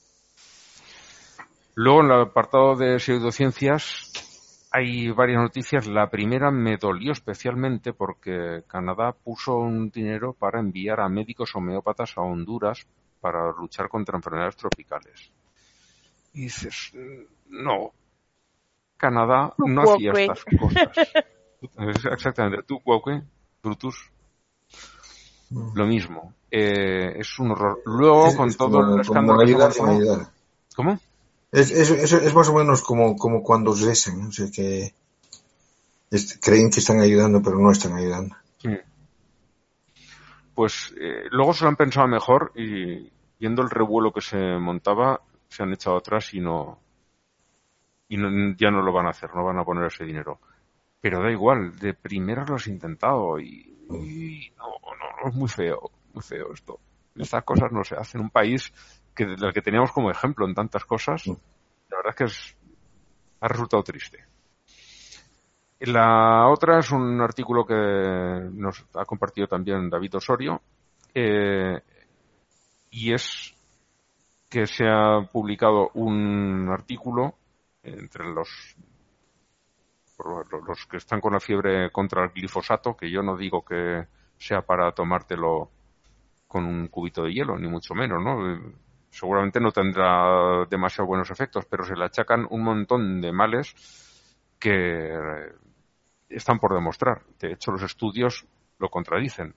Luego, en el apartado de pseudociencias, hay varias noticias. La primera me dolió especialmente porque Canadá puso un dinero para enviar a médicos homeópatas a Honduras para luchar contra enfermedades tropicales. Y dices, no, Canadá Tú, no hacía Cuauhue. estas cosas. Exactamente, tú, Cuauhue, Brutus, lo mismo. Eh, es un horror. Luego, Es- con es todo como- el escándalo como que se ayudar sin montó- ayudar. ¿Cómo? Es, es, es, es más o menos como, como cuando rezan, o sea que es- creen que están ayudando, pero no están ayudando. Sí. Pues eh, luego se lo han pensado mejor y viendo el revuelo que se montaba, se han echado atrás y no, y no- ya no lo van a hacer, no van a poner ese dinero. Pero da igual, de primeras lo has intentado y, y no, no, no, es muy feo, muy feo esto. Estas cosas no se hacen en un país que del que teníamos como ejemplo en tantas cosas. La verdad es que es, ha resultado triste. La otra es un artículo que nos ha compartido también David Osorio, eh, y es que se ha publicado un artículo entre los los que están con la fiebre contra el glifosato, que yo no digo que sea para tomártelo con un cubito de hielo, ni mucho menos, ¿no? Seguramente no tendrá demasiado buenos efectos, pero se le achacan un montón de males que están por demostrar. De hecho, los estudios lo contradicen.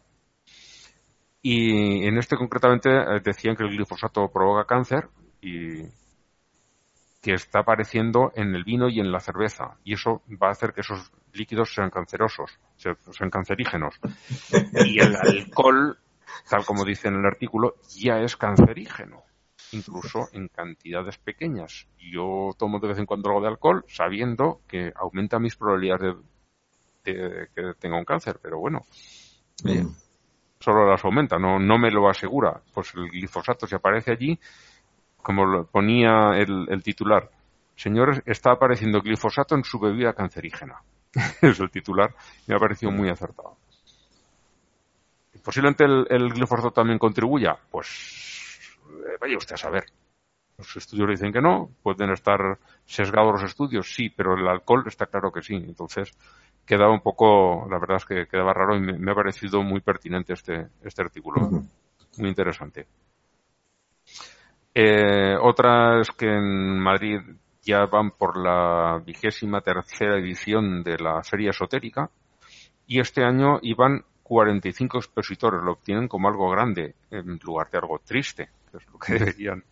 Y en este concretamente decían que el glifosato provoca cáncer y, que está apareciendo en el vino y en la cerveza, y eso va a hacer que esos líquidos sean cancerosos, sean cancerígenos. Y el alcohol, tal como dice en el artículo, ya es cancerígeno, incluso en cantidades pequeñas. Yo tomo de vez en cuando algo de alcohol sabiendo que aumenta mis probabilidades de, de que tenga un cáncer, pero bueno, bien, solo las aumenta, no, no me lo asegura. Pues el glifosato, si aparece allí, como lo ponía el, el titular, señores, está apareciendo glifosato en su bebida cancerígena. Es el titular, me ha parecido muy acertado. Posiblemente el, el glifosato también contribuya, pues eh, vaya usted a saber. Los estudios dicen que no, pueden estar sesgados los estudios, sí, pero el alcohol está claro que sí. Entonces quedaba un poco, la verdad es que quedaba raro y me, me ha parecido muy pertinente este, este artículo, uh-huh. Muy interesante. Eh, otra es que en Madrid ya van por la vigésima tercera edición de la Feria Esotérica y este año iban cuarenta y cinco expositores, lo obtienen como algo grande en lugar de algo triste, que es lo que deberían.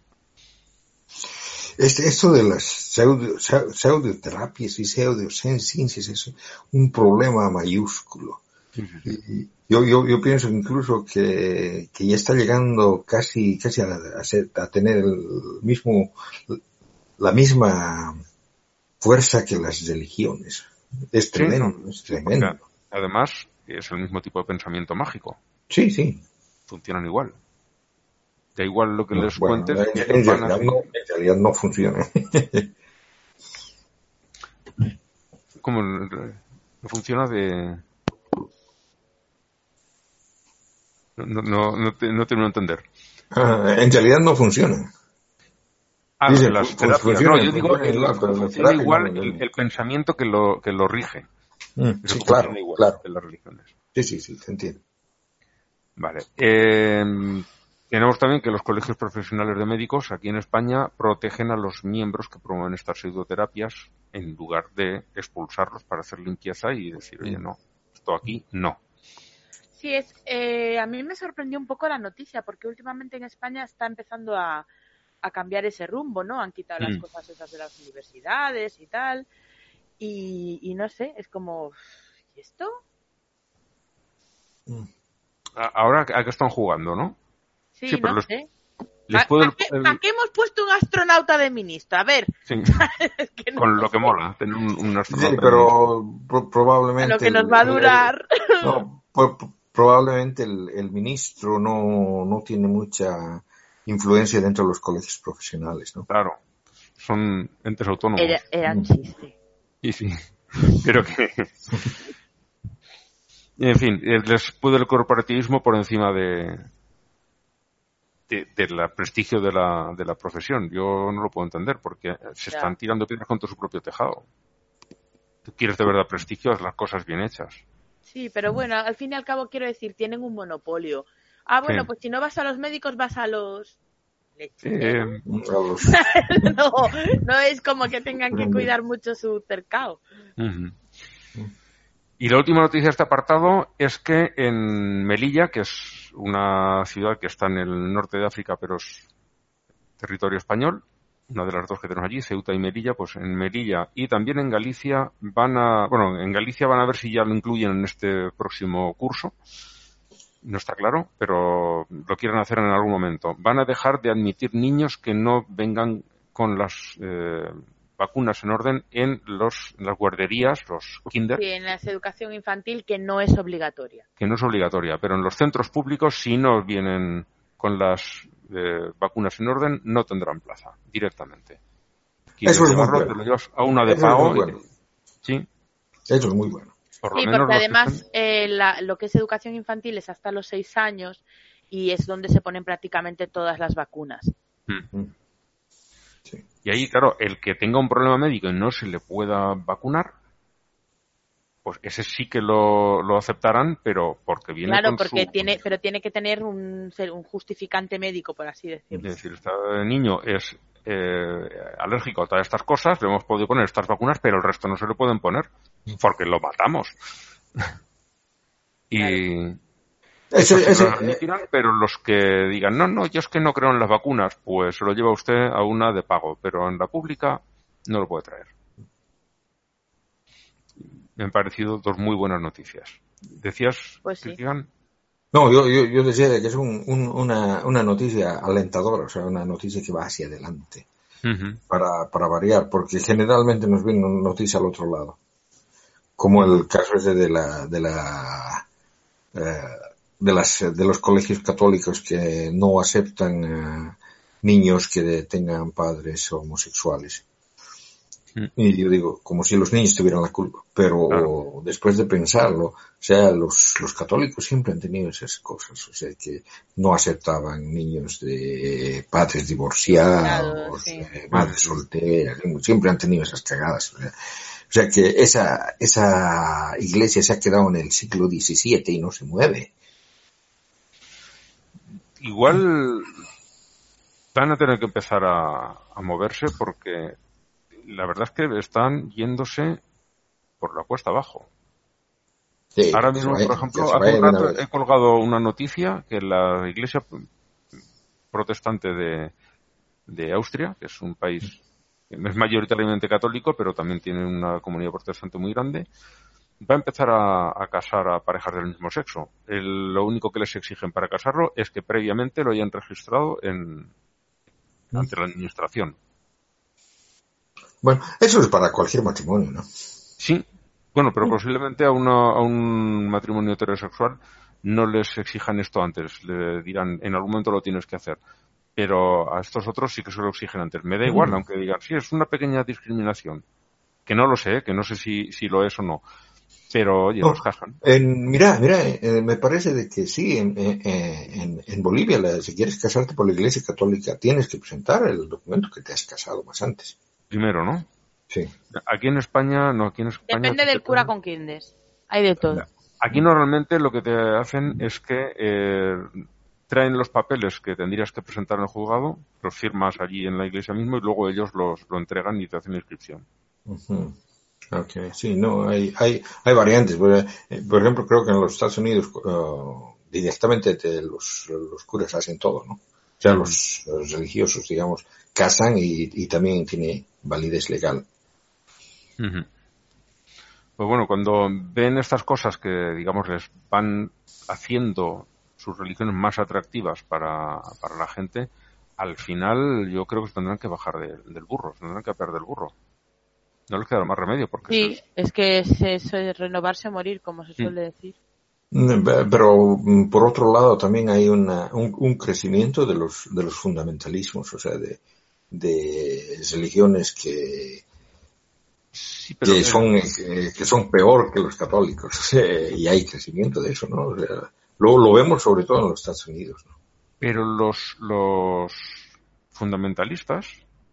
Este, esto de las pseudo, pseudoterapias y pseudociencias es un problema mayúsculo. Sí, sí, sí. Yo, yo, yo pienso incluso que, que ya está llegando casi, casi a, a, ser, a tener el mismo, la misma fuerza que las religiones. Es tremendo, sí, no, es tremendo. Además, es el mismo tipo de pensamiento mágico. Sí, sí. Funcionan igual. Da igual lo que no, les bueno, cuentes. En, en, realidad no, en realidad no funciona. ¿Cómo no funciona de...? No, no, no, te, no termino de entender. Ah, en realidad no funciona. Ah, Dice, las pues, funciona, no, yo digo que igual, funciona igual no, el, el pensamiento que lo, que lo rige. Mm, sí, claro, igual claro. En las religiones. Sí, sí, sí, te entiendo. Vale. Eh, tenemos también que los colegios profesionales de médicos aquí en España protegen a los miembros que promueven estas pseudoterapias en lugar de expulsarlos para hacer limpieza y decir, oye, no, esto aquí no. Sí, es, eh, a mí me sorprendió un poco la noticia porque últimamente en España está empezando a, a cambiar ese rumbo, ¿no? Han quitado mm. las cosas esas de las universidades y tal y, y no sé, es como, ¿y esto? Ahora a qué están jugando, ¿no? Sí, sí no los, sé. Les ¿A, puedo ¿a, qué, el... ¿A qué hemos puesto un astronauta de ministro? A ver. Sí. es que no Con lo sé. que mola, tener un, un astronauta. Sí, pero pro- probablemente... A lo que nos va a durar. El, no, por, probablemente el, el ministro no, no tiene mucha influencia dentro de los colegios profesionales, ¿no? Claro, son entes autónomos. Era, era un chiste. Y sí, pero que... En fin, les puede el corporativismo por encima de... De, del prestigio de la, de la profesión. Yo no lo puedo entender porque se ya. están tirando piedras contra su propio tejado. Tú quieres de verdad prestigio, haz las cosas bien hechas. Sí, pero bueno, al fin y al cabo quiero decir, tienen un monopolio. Ah, bueno, sí. Pues si no vas a los médicos, vas a los... Eh, no, no es como que tengan que cuidar mucho su cercado. Uh-huh. Y la última noticia de este apartado es que en Melilla, que es una ciudad que está en el norte de África, pero es territorio español, una de las dos que tenemos allí, Ceuta y Melilla, pues en Melilla y también en Galicia van a, bueno, en Galicia van a ver si ya lo incluyen en este próximo curso, no está claro, pero lo quieren hacer en algún momento. Van a dejar de admitir niños que no vengan con las... Eh, vacunas en orden en los en las guarderías, los kinder. Sí, en la educación infantil que no es obligatoria. Que no es obligatoria, pero en los centros públicos si no vienen con las eh, vacunas en orden no tendrán plaza directamente. Quieres Eso es muy bueno. Te lo llevas a una de Eso pago. Es muy bueno. y, sí. Eso es muy bueno. Por sí, porque además están... eh, la, lo que es educación infantil es hasta los seis años y es donde se ponen prácticamente todas las vacunas. Mm. Sí. Y ahí, claro, el que tenga un problema médico y no se le pueda vacunar, pues ese sí que lo, lo aceptarán, pero porque viene claro, con porque su... tiene, pero tiene que tener un, un justificante médico, por así decirlo. Es decir, este niño es eh, alérgico a todas estas cosas, le hemos podido poner estas vacunas, pero el resto no se le pueden poner, porque lo matamos. y... Claro. Ese, Eso sí ese, lo admitirán, pero los que digan, no, no, yo es que no creo en las vacunas, pues se lo lleva usted a una de pago, pero en la pública no lo puede traer. Me han parecido dos muy buenas noticias. ¿Decías, Pues sí. Cristian? No, yo, yo, yo decía que es un, un, una, una noticia alentadora, o sea, una noticia que va hacia adelante, Uh-huh. para, para variar, porque generalmente nos viene una noticia al otro lado, como el caso ese de la, de la, eh, de las, de los colegios católicos que no aceptan eh, niños que tengan padres homosexuales. Y yo digo, como si los niños tuvieran la culpa, pero claro, después de pensarlo, o sea, los, los católicos siempre han tenido esas cosas, o sea, que no aceptaban niños de padres divorciados, sí. eh, madres solteras, siempre han tenido esas cagadas, o sea, o sea que esa, esa iglesia se ha quedado en el siglo diecisiete y no se mueve. Igual van a tener que empezar a, a moverse porque la verdad es que están yéndose por la cuesta abajo. Sí, ahora mismo, vaya, por ejemplo, hace un rato he colgado una noticia que la iglesia protestante de, de Austria, que es un país que es mayoritariamente católico, pero también tiene una comunidad protestante muy grande, va a empezar a, a casar a parejas del mismo sexo. El, lo único que les exigen para casarlo es que previamente lo hayan registrado en, ante la administración. Bueno, eso es para cualquier matrimonio, ¿no? Sí, bueno, pero posiblemente a, una, a un matrimonio heterosexual no les exijan esto antes, le dirán, en algún momento lo tienes que hacer, pero a estos otros sí que se lo exigen antes. Me da igual, mm. aunque digan, sí, es una pequeña discriminación, que no lo sé, que no sé si, si lo es o no, pero oye, no, los cajan. En, mira, mira, eh, me parece de que sí, en, en, en Bolivia, la, si quieres casarte por la Iglesia Católica, tienes que presentar el documento que te has casado más antes. Primero, ¿no? Sí. Aquí en España, no, aquí en España... Depende del cura con quien des. Hay de todo. Aquí normalmente lo que te hacen es que eh, traen los papeles que tendrías que presentar en el juzgado, los firmas allí en la iglesia mismo y luego ellos los lo entregan y te hacen la inscripción. Uh-huh. Okay, sí, no, hay, hay, hay variantes. Por ejemplo, creo que en los Estados Unidos uh, directamente te, los, los curas hacen todo, ¿no? O sea, los, los religiosos, digamos, casan y, y también tiene validez legal. Uh-huh. Pues bueno, cuando ven estas cosas que, digamos, les van haciendo sus religiones más atractivas para, para la gente, al final yo creo que se tendrán que bajar de, del burro, se tendrán que perder del burro. No les queda más remedio. Porque sí, es, es que es, es, es renovarse o morir, como se suele sí. decir. Pero por otro lado también hay una, un, un crecimiento de los de los fundamentalismos, o sea, de, de religiones que sí, pero que son que, que son peor que los católicos, o sea, y hay crecimiento de eso, ¿no? O sea, lo, lo vemos sobre todo en los Estados Unidos, ¿no? Pero los los fundamentalistas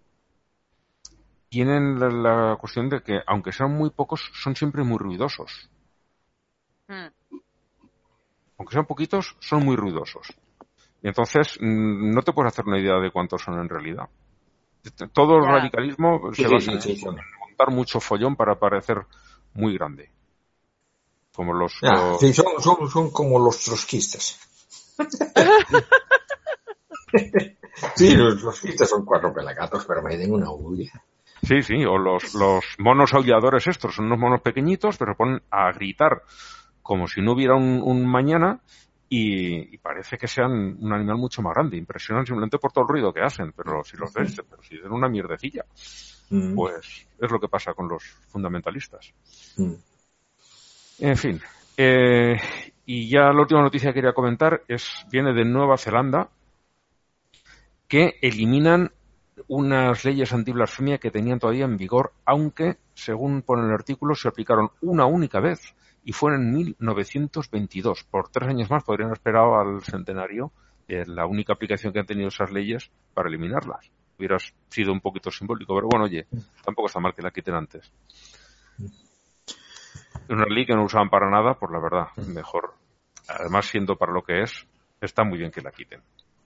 tienen la, la cuestión de que aunque sean muy pocos son siempre muy ruidosos. Hmm. Aunque sean poquitos, son muy ruidosos. Y entonces no te puedes hacer una idea de cuántos son en realidad. Todo el yeah. radicalismo sí, se va sí, a sí, sí. montar mucho follón para parecer muy grande. Como los... Yeah, los... Sí, son, son, son como los trotskistas. Sí, los trotskistas son cuatro pelagatos, pero me den una bulla. Sí, sí, o los, los monos aulladores estos, son unos monos pequeñitos, pero ponen a gritar como si no hubiera un, un mañana y, y parece que sean un animal mucho más grande. Impresionan simplemente por todo el ruido que hacen, pero si los ves, pero si es una mierdecilla. Mm. Pues es lo que pasa con los fundamentalistas. Mm. En fin. Eh, y ya la última noticia que quería comentar es viene de Nueva Zelanda, que eliminan unas leyes antiblasfemia que tenían todavía en vigor, aunque, según pone el artículo, se aplicaron una única vez. Y fue en mil novecientos veintidós. Por tres años más podrían haber esperado al centenario eh, la única aplicación que han tenido esas leyes para eliminarlas. Hubiera sido un poquito simbólico, pero bueno, oye, tampoco está mal que la quiten antes. Una ley que no usaban para nada, pues la verdad, mejor. Además, siendo para lo que es, está muy bien que la quiten.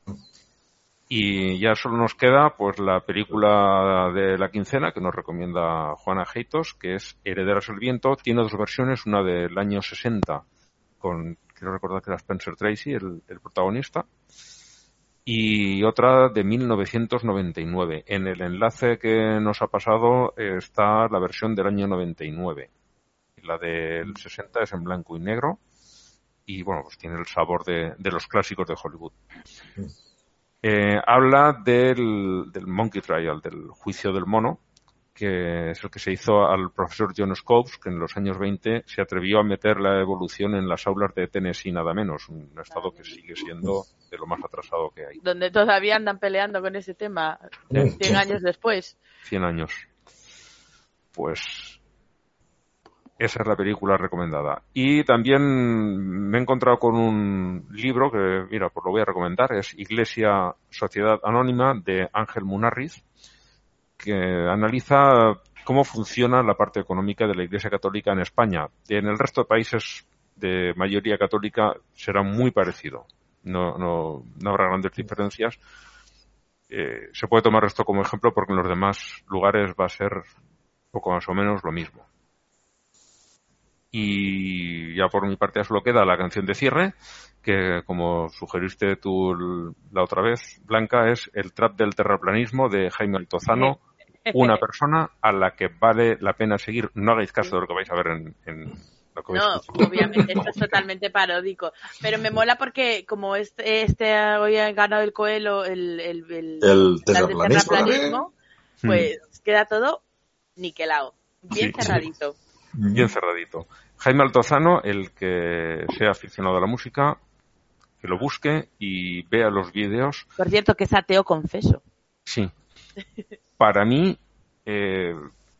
Y ya solo nos queda pues la película de la quincena que nos recomienda Juana Heitos, que es Herederas del Viento. Tiene dos versiones, una del año sesenta con quiero recordar que era Spencer Tracy, el, el protagonista, y otra de mil novecientos noventa y nueve. En el enlace que nos ha pasado eh, está la versión del año noventa y nueve. La del sesenta es en blanco y negro y, bueno, pues tiene el sabor de, de los clásicos de Hollywood. Eh, habla del, del Monkey Trial, del juicio del mono, que es el que se hizo al profesor John Scopes, que en los años veinte se atrevió a meter la evolución en las aulas de Tennessee nada menos, un estado que sigue siendo de lo más atrasado que hay. Donde todavía andan peleando con ese tema cien años después. cien años. Pues esa es la película recomendada. Y también me he encontrado con un libro que, mira, pues lo voy a recomendar, es Iglesia, Sociedad Anónima, de Ángel Munarriz, que analiza cómo funciona la parte económica de la Iglesia Católica en España. En el resto de países de mayoría católica será muy parecido. No, no, no habrá grandes diferencias. Eh, se puede tomar esto como ejemplo porque en los demás lugares va a ser poco más o menos lo mismo. Y ya por mi parte ya solo queda la canción de cierre, que como sugeriste tú la otra vez, Blanca, es el trap del terraplanismo de Jaime Altozano, una persona a la que vale la pena seguir. No hagáis caso de lo que vais a ver en, en lo que vais No, a escuchar. obviamente, esto es totalmente paródico. Pero me mola porque como este, este hoy ha ganado el Coelho, el, el, el, El las de terraplanismo, terraplanismo, pues queda todo niquelado, bien Sí, cerradito. Bien cerradito. Jaime Altozano, el que sea aficionado a la música, que lo busque y vea los vídeos. Por cierto, que es ateo confeso. Sí. Para mí, eh,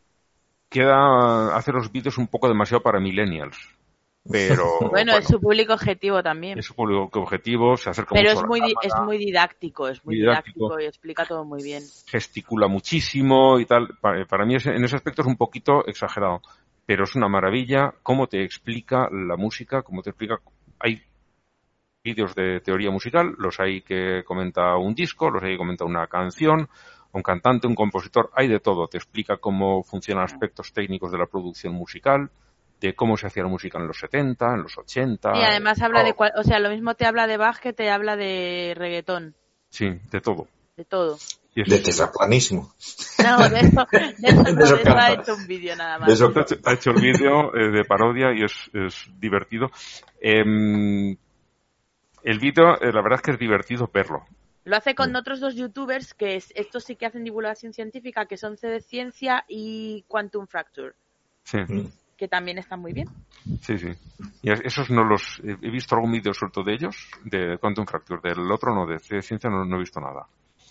queda hacer los vídeos un poco demasiado para millennials. Pero Bueno, bueno, es su público objetivo también. es su público objetivo, se acerca Pero mucho es a la muy, di- es cámara, muy didáctico, es muy Muy didáctico. didáctico y explica todo muy bien. gesticula muchísimo y tal. Para, para mí ese- en ese aspecto es un poquito exagerado. Pero es una maravilla cómo te explica la música, cómo te explica... Hay vídeos de teoría musical, los hay que comenta un disco, los hay que comenta una canción, un cantante, un compositor, hay de todo. Te explica cómo funcionan aspectos técnicos de la producción musical, de cómo se hacía la música en los setenta, en los ochenta. Y además habla todo. de, cual- o sea, lo mismo te habla de Bach que te habla de reggaetón, Sí, de todo. de todo. Y es- De terraplanismo. No, de eso, de eso, no, De de eso eso ha canta. hecho un vídeo nada más. De eso ha hecho, ha hecho el vídeo eh, de parodia y es, es divertido. Em, el vídeo, eh, la verdad es que es divertido verlo. Lo hace con otros dos youtubers que es, estos sí que hacen divulgación científica, que son C de Ciencia y Quantum Fracture, Sí, que también están muy bien. sí, sí. Y es- esos no los... He visto algún vídeo suelto de ellos, de Quantum Fracture. Del otro no, de C- Ciencia no, no he visto nada.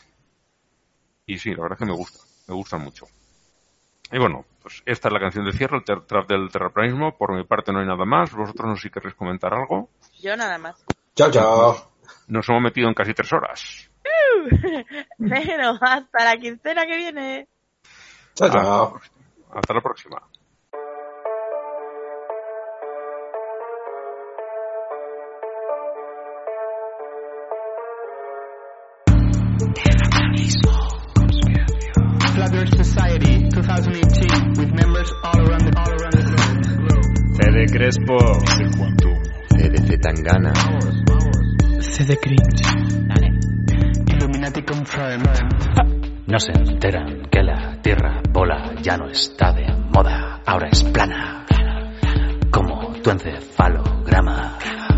Y sí, la verdad es que me gusta. Me gustan mucho. Y bueno, pues esta es la canción de cierre, el ter- trap del terraplanismo. Por mi parte no hay nada más. Vosotros no sé si queréis comentar algo. Yo nada más. Chao, chao. Nos hemos metido en casi tres horas. Pero hasta la quincena que viene. Chao, chao. Hasta la próxima. Flat Earth Society twenty eighteen with members all around the, all around the globe. C D Crespo, C D C Tangana, C D Cringe. Illuminati confirmed. No se enteran que la tierra bola ya no está de moda, ahora es plana, como tu encefalograma.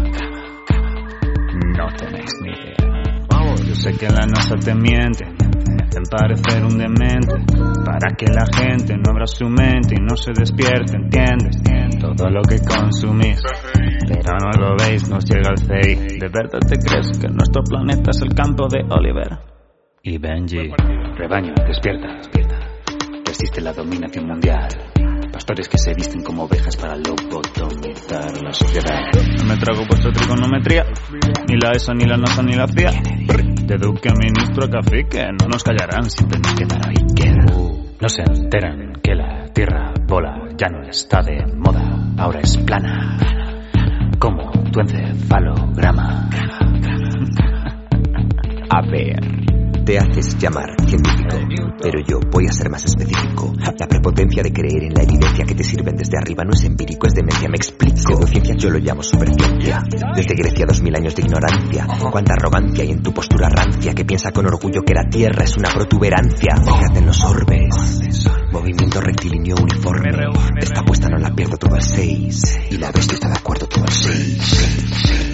no tenéis ni idea. Vamos, yo sé que la NASA te miente, me hacen parecer un demente, para que la gente no abra su mente y no se despierte, ¿entiendes? Todo lo que consumís, pero no lo veis, nos llega el C I. ¿De verdad te crees que nuestro planeta es el campo de Oliver? Y Benji, rebaño, despierta, despierta. Existe la dominación mundial. Pastores que se visten como ovejas para lobotomizar la sociedad. No me trago vuestra trigonometría, ni la ESO, ni la NASA, ni la C I A. De duque a ministro a cacique, no nos callarán, siempre nos quedará Ikea. No se enteran que la tierra bola ya no está de moda, ahora es plana, como tu encefalograma. A ver, Te haces llamar científico, pero yo voy a ser más específico. La prepotencia de creer en la evidencia que te sirven desde arriba no es empírico, es demencia, me explico. Pseudociencia yo lo llamo superciencia. Desde Grecia dos mil años de ignorancia. Cuánta arrogancia hay en tu postura rancia, que piensa con orgullo que la Tierra es una protuberancia. Fíjate en los orbes, movimiento rectilíneo uniforme. Esta apuesta no la pierdo todo al seis, y la bestia está de acuerdo todo al seis.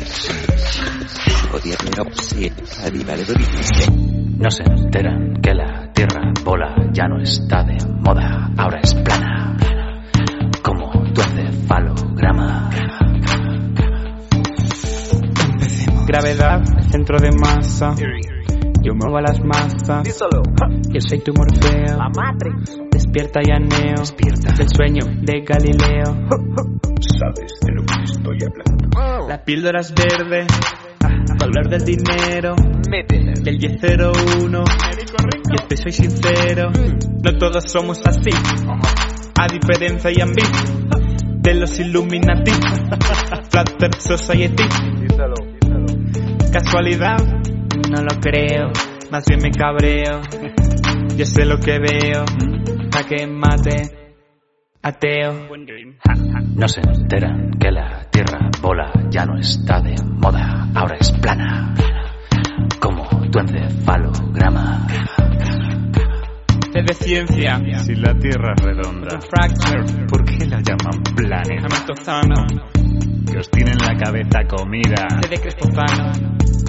No se enteran que la tierra bola ya no está de moda, ahora es plana, como tu encefalograma. Empecemos. Gravedad, centro de masa. Yo muevo a las masas. Yo soy tu Morfeo. La Matrix. Despierta y aneo. Despierta. El sueño de Galileo. Sabes de lo que estoy hablando. La píldora es verde. Valor del dinero. Del diez cero uno. Yo te soy sincero. No todos somos así. A diferencia y ambi de los Illuminati. Flat Earth Society. Casualidad. No lo creo, más bien me cabreo. Yo sé lo que veo, jaque mate, ateo. No se enteran que la tierra bola ya no está de moda, ahora es plana, como tu encefalograma. Sé de ciencia. Si la tierra es redonda, Fracture. ¿por qué la llaman planeta? Hamiltozano. Que os tienen la cabeza comida. Sé de Crespozano.